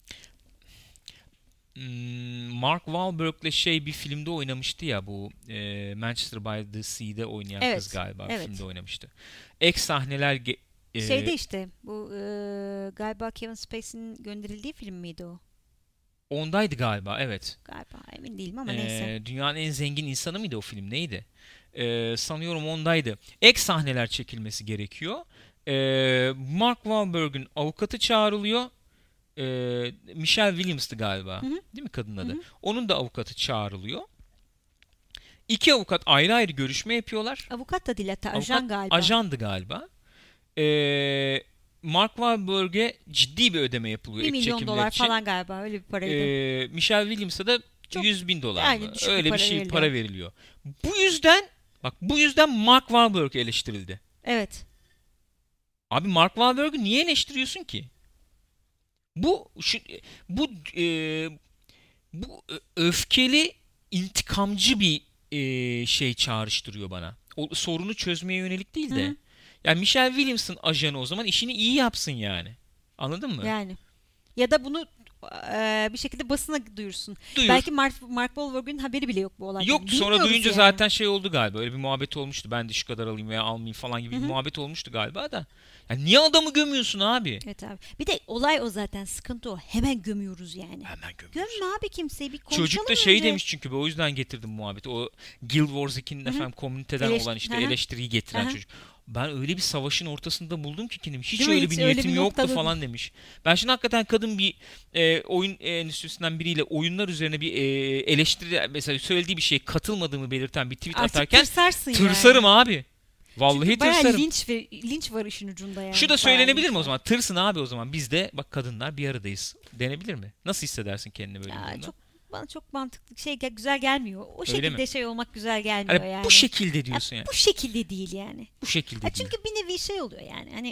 Hmm, Mark Wahlberg'le şey bir filmde oynamıştı ya, bu e, Manchester by the Sea'de oynayan kız Evet, galiba bir evet. filmde oynamıştı. Ek sahneler ge- Şeyde e, işte bu e, galiba Kevin Spacey'nin gönderildiği film miydi o? ondaydı galiba, evet. Galiba, emin değilim ama neyse. E, dünyanın en zengin insanı mıydı o film, neydi? E, sanıyorum ondaydı. Ek sahneler çekilmesi gerekiyor. E, Mark Wahlberg'ün avukatı çağrılıyor. E, Michelle Williams'tı galiba. Hı hı, Değil mi kadının hı adı? hı. Onun da avukatı çağrılıyor. İki avukat ayrı ayrı görüşme yapıyorlar. Avukat da değil hatta, Avukat ajan galiba. ajandı galiba. Ee, Mark Wahlberg'e ciddi bir ödeme yapılıyor Bir ek milyon çekimler dolar için. falan galiba, öyle bir paraydı. Ee, Michelle Williams'a da Çok yüz bin dolar yani mı? düşük bir Öyle bir para şey veriliyor. para veriliyor. Bu yüzden bak, bu yüzden Mark Wahlberg eleştirildi. Evet. Abi Mark Wahlberg'ü niye eleştiriyorsun ki? Bu şu, bu e, bu ö- öfkeli, intikamcı bir e, şey çağrıştırıyor bana. O sorunu çözmeye yönelik değil Hı de. hı. Yani Michelle Williams'ın ajanı o zaman işini iyi yapsın yani. Anladın mı? Yani. Ya da bunu e, bir şekilde basına duyursun. Duyur. Belki Mark, Mark Wahlberg'ün haberi bile yok bu olaydan. Yok, sonra Bilmiyoruz duyunca yani. zaten şey oldu galiba. Öyle bir muhabbet olmuştu. Ben de şu kadar alayım veya almayayım falan gibi Hı bir hı. muhabbet olmuştu galiba da. Ya niye adamı gömüyorsun abi? Evet abi. Bir de olay o zaten, sıkıntı o. Hemen gömüyoruz yani. Hemen gömüyorsun. Gömme abi kimseyi, bir konuşalım Çocuk da şey önce. demiş çünkü, ben o yüzden getirdim muhabbeti. O Guild Wars ikinin Hı hı. efendim komüniteden Eleş- olan işte Hı hı. eleştiriyi getiren Hı hı. çocuk. Ben öyle bir savaşın ortasında buldum ki kendimi. Hiç Değil mi? öyle Hiç bir öyle niyetim bir yoktu noktada- falan demiş. Ben şimdi hakikaten kadın bir e, oyun endüstrisinden biriyle oyunlar üzerine bir e, eleştiri, mesela söylediği bir şeye katılmadığımı belirten bir tweet Artık atarken tırsarsın tırsarım yani. abi. Vallahi Çünkü bayağı tırsarım. linç, ve, linç var işin ucunda yani. Şu da Bayağı söylenebilir linç mi o var. zaman? Tırsın abi o zaman. Biz de bak kadınlar bir aradayız. Denebilir mi? Nasıl hissedersin kendini böyle bir Ya durumda? çok, bana çok mantıklı şey gel- güzel gelmiyor. O Öyle şekilde mi? şey olmak güzel gelmiyor Hani yani. bu şekilde Ya diyorsun yani. bu şekilde değil yani. Bu şekilde Ya değil. çünkü bir nevi şey oluyor yani. Hani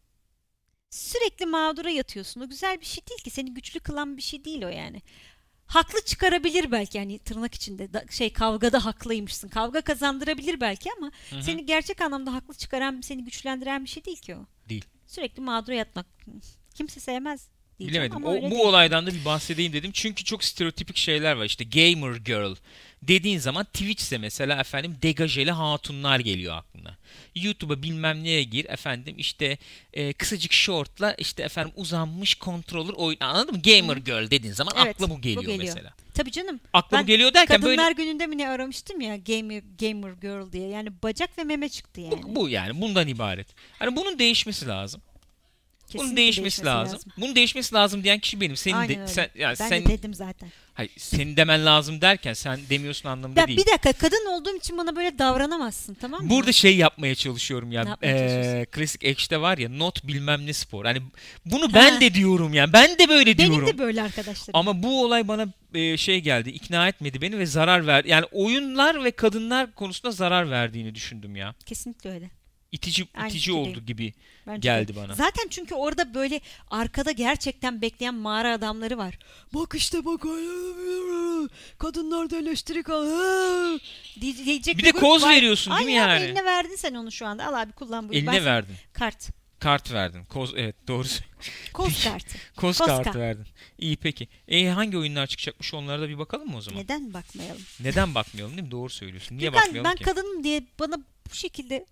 sürekli mağdura yatıyorsun. O güzel bir şey değil ki. Seni güçlü kılan bir şey değil o yani. Haklı çıkarabilir belki, hani tırnak içinde da, şey kavgada haklıymışsın. Kavga kazandırabilir belki ama Hı hı. seni gerçek anlamda haklı çıkaran, seni güçlendiren bir şey değil ki o. Değil. Sürekli mağdura yatmak kimse sevmez diyeceğim Bilemedim. ama O, öyle bu değil. olaydan da bir bahsedeyim dedim. Çünkü çok stereotipik şeyler var. İşte gamer girl dediğin zaman Twitch'se mesela efendim degajeli hatunlar geliyor aklına. YouTube'a bilmem neye gir efendim, işte e, kısacık shortla işte efendim uzanmış controller oyun, anladın mı? Gamer girl dediğin zaman Evet, akla bu bu geliyor geliyor. mesela. Tabii canım. Aklıma Ben geliyor derken Kadınlar böyle Günü'nde mi ne aramıştım ya, gamer gamer girl diye. Yani bacak ve meme çıktı yani. bu, bu yani bundan ibaret. Hani bunun değişmesi lazım. Bunun Kesinlikle değişmesi, değişmesi lazım. lazım. Bunun değişmesi lazım diyen kişi benim. Senin Aynen de öyle. sen yani Ben sen de dedim zaten. hayır, senin demen lazım derken sen demiyorsun anlamında Ya değil. bir dakika, kadın olduğum için bana böyle davranamazsın, tamam mı? Burada şey yapmaya çalışıyorum Ne ya. yapmaya çalışıyorsun? Eee klasik Ekşi'de var ya, not bilmem ne spor. Hani bunu ben Ha. de diyorum yani. Ben de böyle Benim diyorum. de böyle arkadaşlarım. Ama bu olay bana e, şey geldi. İkna etmedi beni ve zarar ver. Yani oyunlar ve kadınlar konusunda zarar verdiğini düşündüm ya. Kesinlikle öyle. İtici Aynı itici fikirdeyim. oldu gibi Bence geldi de. bana. Zaten çünkü orada böyle arkada gerçekten bekleyen mağara adamları var. Bak işte bak, kadınlar da eleştiri al. Diyecek Bir de grup koz var. veriyorsun değil mi Aynen, yani? eline verdin sen onu şu anda. Al abi, kullan bunu. Ben Eline sana- verdin. Kart. Kart verdin. Koz evet doğru söylüyorsun. Koz kartı. Koz Koz kartı kart. verdin. İyi peki. E hangi oyunlar çıkacakmış, onlara da bir bakalım mı o zaman? Neden bakmayalım? Neden bakmayalım değil mi? Doğru söylüyorsun. Niye Gürkan, bakmayalım ben ki? kadınım diye bana bu şekilde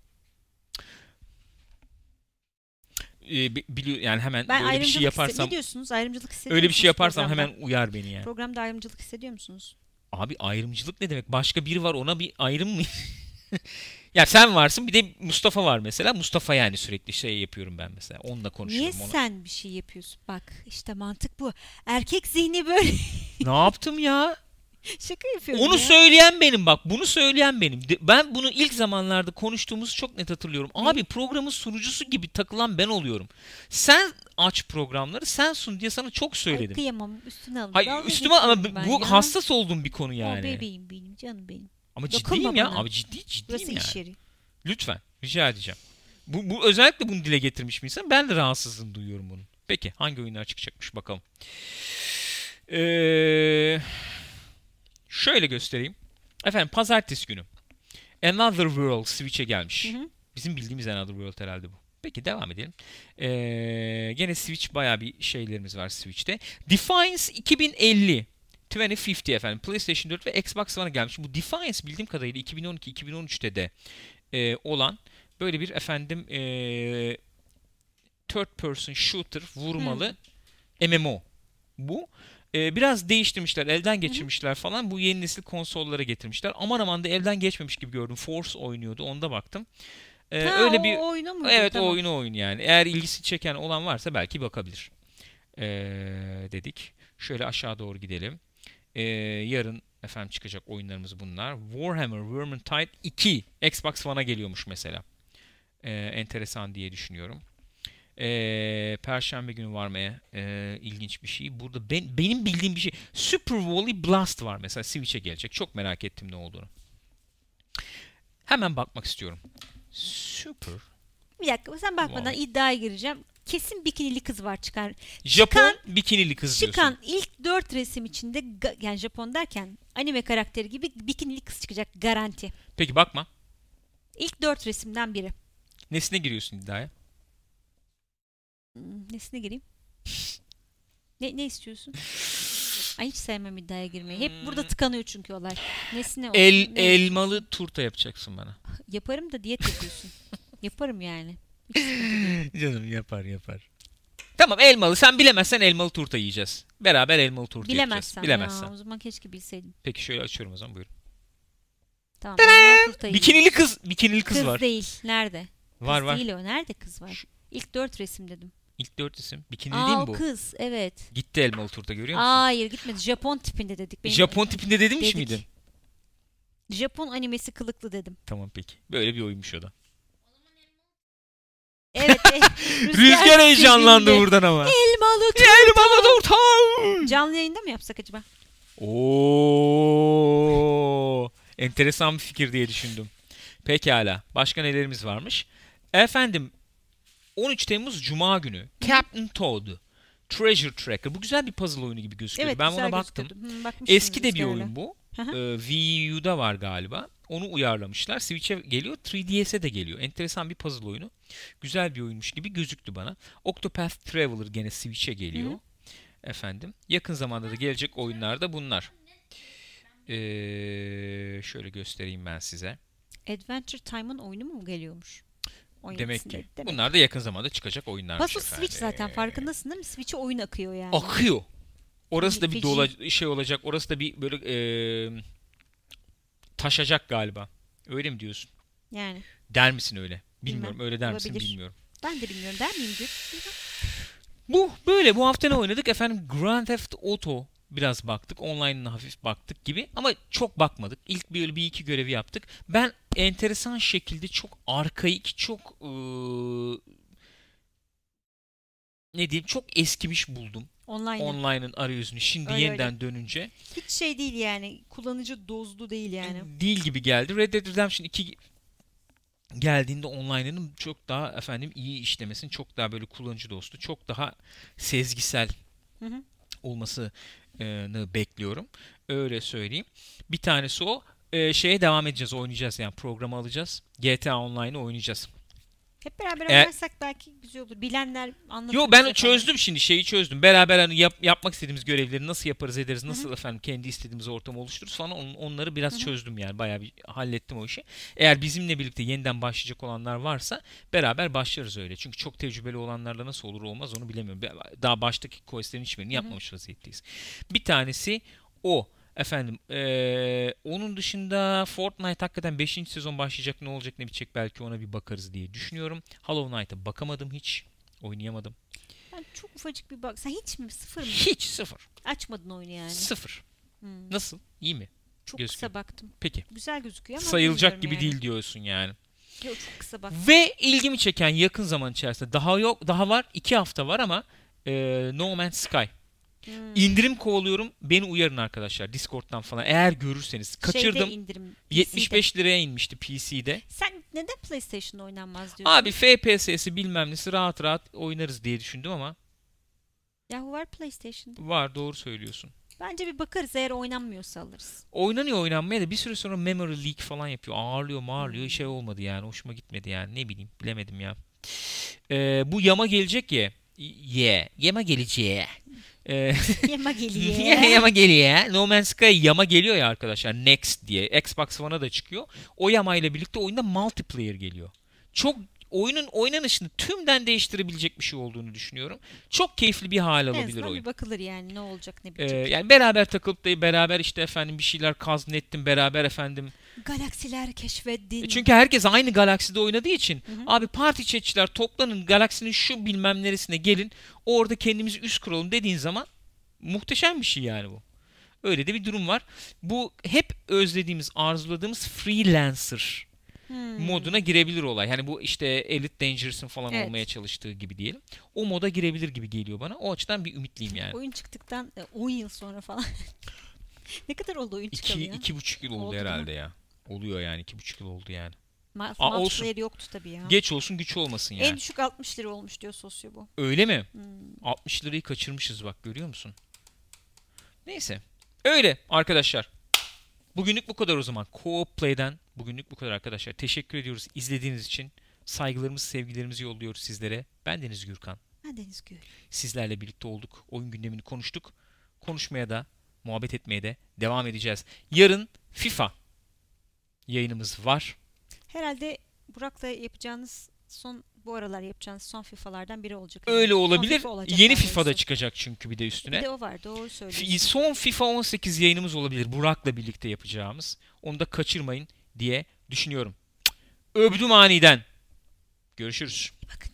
Ee, bi- biliyor yani hemen ben öyle bir ayrımcılık şey hisse- yaparsam ne diyorsunuz? Ayrımcılık hissediyor öyle bir şey musunuz yaparsam programda? hemen uyar beni yani. Programda ayrımcılık hissediyor musunuz? Abi ayrımcılık ne demek? Başka biri var, ona bir ayrım mı? Ya sen varsın, bir de Mustafa var mesela. Mustafa yani sürekli şey yapıyorum ben mesela. Onunla Niye konuşuyorum. Ona. sen bir şey yapıyorsun? Bak işte mantık bu. Erkek zihni böyle. Ne yaptım ya? Şaka yapıyorum Onu ya. söyleyen benim bak. Bunu söyleyen benim. De- Ben bunu ilk zamanlarda konuştuğumuzu çok net hatırlıyorum. Abi programın sunucusu gibi takılan ben oluyorum. Sen aç programları, sen sun diye sana çok Ay, söyledim. kıyamam, üstüne alın. Hayır Dalga üstüme ama geçiyorum ben bu ya. hassas olduğum bir konu O yani. bebeğim benim, canım benim. Ama Dokunma ciddiyim ya. bana. Abi ciddi ciddiyim Burası yani. iş yeri. Lütfen rica edeceğim. Bu, bu özellikle bunu dile getirmiş bir insan. Ben de rahatsızlığını duyuyorum bunun. Peki hangi oyunlar çıkacakmış bakalım. Ee, şöyle göstereyim. Efendim pazartesi günü Another World Switch'e gelmiş. Hı hı. Bizim bildiğimiz Another World herhalde bu. Peki devam edelim. Ee, gene Switch bayağı bir şeylerimiz var Switch'te. Defiance iki bin elli. iki bin elli efendim. PlayStation dört ve Xbox One'a gelmiş. Bu Defiance bildiğim kadarıyla iki bin on iki iki bin on üçte de e, olan böyle bir efendim e, third person shooter vurmalı M M O. Bu. E, biraz değiştirmişler, elden geçirmişler falan. Bu yeni nesil konsollara getirmişler. Aman aman da elden geçmemiş gibi gördüm. Force oynuyordu. Onda baktım. E, Ha, öyle o bir oyunu muydu? evet Tamam. o oyunu oyun yani. Eğer ilgisi çeken olan varsa belki bakabilir. E, dedik. Şöyle aşağı doğru gidelim. E, yarın efendim çıkacak oyunlarımız bunlar. Warhammer Vermintide iki Xbox One'a geliyormuş mesela. E, enteresan diye düşünüyorum. E, Perşembe günü var mı? E, ilginç bir şey. Burada ben, benim bildiğim bir şey. Super Volley Blast var mesela. Switch'e gelecek. Çok merak ettim ne olduğunu. Hemen bakmak istiyorum. Super. Bir dakika, sen bakmadan Vallahi. iddiaya gireceğim. Kesin bikinili kız var çıkar. Japon Çıkan- bikinili kız diyorsun. Çıkan ilk dört resim içinde ga- yani Japon derken anime karakteri gibi bikinili kız çıkacak garanti. Peki bakma. İlk dört resimden biri. Nesine giriyorsun iddiaya? Hmm, Nesine gireyim? Ne, ne istiyorsun? Ay, hiç sevmem iddiaya girmeyi. Hep burada tıkanıyor çünkü olay. Nesine olsun? El, ne elmalı turta yapacaksın bana. Yaparım da diyet yapıyorsun. Yaparım yani. Hiç sıkıntı değil. Canım yapar yapar. Tamam elmalı. Sen bilemezsen elmalı turta yiyeceğiz. Beraber elmalı turta Bilemezsem. yapacağız. Bilemezsen. Ya, o zaman keşke bilseydim. Peki şöyle açıyorum o zaman buyurun. Tamam. elma turtayı Bikinili kız, bikinili kız, Kız var. değil. Nerede? Var Kız var. değil o. Nerede kız var? Şu- İlk dört resim dedim. İlk dört isim. Bikinili Aa, değil mi o bu? kız. Evet. Gitti elmalı turta görüyor musun? Hayır, gitmedi. Japon tipinde dedik. Benim- Japon tipinde demiş dedik. miydin? Japon animesi kılıklı dedim. Tamam peki. Böyle bir oyunmuş o da. Evet. e, Rüzgar heyecanlandı filminde. buradan ama. Elmalı turta. Elmalı turta. Canlı yayında mı yapsak acaba? Oo, enteresan bir fikir diye düşündüm. Pekala. Başka nelerimiz varmış? Efendim on üç Temmuz Cuma günü Captain Toad Treasure Tracker. Bu güzel bir puzzle oyunu gibi gözüküyor. Evet, ben güzel ona baktım. gözüküyordu. Hı, bakmıştım Eski de bir rüzgarla. oyun bu. Hı hı. Ee, Wii U'da var galiba. Onu uyarlamışlar. Switch'e geliyor. üç D S'e de geliyor. Enteresan bir puzzle oyunu. Güzel bir oyunmuş gibi gözüktü bana. Octopath Traveler gene Switch'e geliyor. Hı hı. Efendim. Yakın zamanda da gelecek oyunlar da bunlar. Ee, şöyle göstereyim ben size. Adventure Time'ın oyunu mu geliyormuş? on Demek yedisinde. ki. Demek. Bunlar da yakın zamanda çıkacak oyunlarmış Puzzle efendim. Switch zaten farkındasın değil mi? Switch'e oyun akıyor yani. Akıyor. Orası da bir Feci. dola şey olacak. Orası da bir böyle e, taşacak galiba. Öyle mi diyorsun? Yani. Der misin öyle? Bilmiyorum. Bilmem. Öyle der misin Olabilir. bilmiyorum. Ben de bilmiyorum. Der miyim Gül? Bu böyle. Bu hafta ne oynadık? Efendim Grand Theft Auto biraz baktık. Online'ına hafif baktık gibi. Ama çok bakmadık. İlk bir, bir iki görevi yaptık. Ben enteresan şekilde çok arkaik, çok ıı, ne diyeyim, çok eskimiş buldum. Online. Online'ın arayüzünü şimdi Öyle yeniden öyle. dönünce. Hiç şey değil yani. Kullanıcı dozlu değil yani. Değil gibi geldi. Red Dead Redemption iki geldiğinde online'ının çok daha efendim iyi işlemesini, çok daha böyle kullanıcı dostu, çok daha sezgisel Hı hı. olmasını bekliyorum. Öyle söyleyeyim. Bir tanesi o. Ee, şeye devam edeceğiz, oynayacağız yani, programı alacağız. G T A Online'ı oynayacağız. Hep beraber E- oynarsak belki güzel olur. Bilenler anlatır Yo, ben bize çözdüm şimdi, şeyi çözdüm. Beraber hani yap- yapmak istediğimiz görevleri nasıl yaparız ederiz, Hı hı. nasıl efendim kendi istediğimiz ortamı oluştururuz falan, on- onları biraz Hı hı. çözdüm yani. Bayağı bir hallettim o işi. Eğer bizimle birlikte yeniden başlayacak olanlar varsa beraber başlarız öyle. Çünkü çok tecrübeli olanlarla nasıl olur olmaz onu bilemiyorum. Daha baştaki questlerin hiçbirini Hı hı. yapmamış vaziyetteyiz. Bir tanesi o. Efendim eee, onun dışında Fortnite hakikaten beşinci sezon başlayacak, ne olacak ne bitecek, belki ona bir bakarız diye düşünüyorum. Hollow Knight'a bakamadım hiç. Oynayamadım. Ben çok ufacık bir bak. Sen hiç mi? Sıfır mı? Hiç, sıfır. Açmadın oyunu yani. Sıfır. Hmm. Nasıl? İyi mi? Çok Gözüküyor. kısa baktım. Peki. Güzel gözüküyor ama Sayılacak gibi bilmiyorum yani. değil diyorsun yani. Yok, çok kısa baktım. Ve ilgimi çeken yakın zaman içerisinde, daha yok, daha var, iki hafta var ama eee, No Man's Sky. Hmm. İndirim kovalıyorum. Beni uyarın arkadaşlar Discord'dan falan. Eğer görürseniz. Kaçırdım. Şeyde indirim. P C'de. yetmiş beş liraya inmişti P C'de. Sen neden PlayStation'da oynanmaz diyorsun? Abi F P S'si bilmem nesi rahat rahat oynarız diye düşündüm ama Yahu var PlayStation'da. var, doğru söylüyorsun. Bence bir bakarız, eğer oynanmıyorsa alırız. Oynanıyor, oynanmaya da bir süre sonra memory leak falan yapıyor. Ağırlıyor mağırlıyor. Hmm. Şey olmadı yani. Hoşuma gitmedi yani. Ne bileyim. Bilemedim ya. Ee, bu yama gelecek ya. Ye. Yama geleceği. Ee, Yama geliyor. yama geliyor. No Man's Sky yama geliyor ya arkadaşlar. Next diye. Xbox One'a da çıkıyor. O yama ile birlikte oyunda multiplayer geliyor. Çok oyunun oynanışını tümden değiştirebilecek bir şey olduğunu düşünüyorum. Çok keyifli bir hal En alabilir azından oyun. bir bakılır yani, ne olacak ne Ee, bitecek. yani beraber takılıp da beraber işte efendim bir şeyler kaznettim beraber efendim. Galaksiler keşfettin. E Çünkü herkes aynı galakside oynadığı için Hı hı. abi parti chatçiler toplanın galaksinin şu bilmem neresine gelin, orada kendimizi üst kuralım dediğin zaman muhteşem bir şey yani bu. Öyle de bir durum var. Bu hep özlediğimiz, arzuladığımız freelancer Hmm. moduna girebilir olay. Hani bu işte Elite Dangerous'ın falan Evet. olmaya çalıştığı gibi diyelim. O moda girebilir gibi geliyor bana. O açıdan bir ümitliyim yani. Oyun çıktıktan e, on yıl sonra falan. Ne kadar oldu oyun çıkalı İki, ya? iki buçuk yıl oldu, Oldu değil herhalde mi? ya. Oluyor yani, iki buçuk yıl oldu yani. Ma- Aa, olsun. Multiplayer yoktu tabii ya. Geç olsun güç olmasın yani. En düşük altmış lira olmuş diyor Sosyo bu. Öyle mi? Hmm. altmış lirayı kaçırmışız bak, görüyor musun? Neyse. Öyle arkadaşlar. Bugünlük bu kadar o zaman. Co-op Play'den bugünlük bu kadar arkadaşlar. Teşekkür ediyoruz izlediğiniz için. Saygılarımızı, sevgilerimizi yolluyoruz sizlere. Ben Deniz Gürkan. Ben Deniz Gül. Sizlerle birlikte olduk. Oyun gündemini konuştuk. Konuşmaya da, muhabbet etmeye de devam edeceğiz. Yarın FIFA yayınımız var. Herhalde Burak'la yapacağınız son, bu aralar yapacağınız son FIFA'lardan biri olacak. Öyle Son olabilir. FIFA olacak Yeni daha FIFA'da doğrusu. çıkacak çünkü bir de üstüne. Bir de o var, doğru Fi- söylüyorsun. Son FIFA on sekiz yayınımız olabilir. Burak'la birlikte yapacağımız. Onu da kaçırmayın diye düşünüyorum. Öptüm aniden. Görüşürüz. Bakın.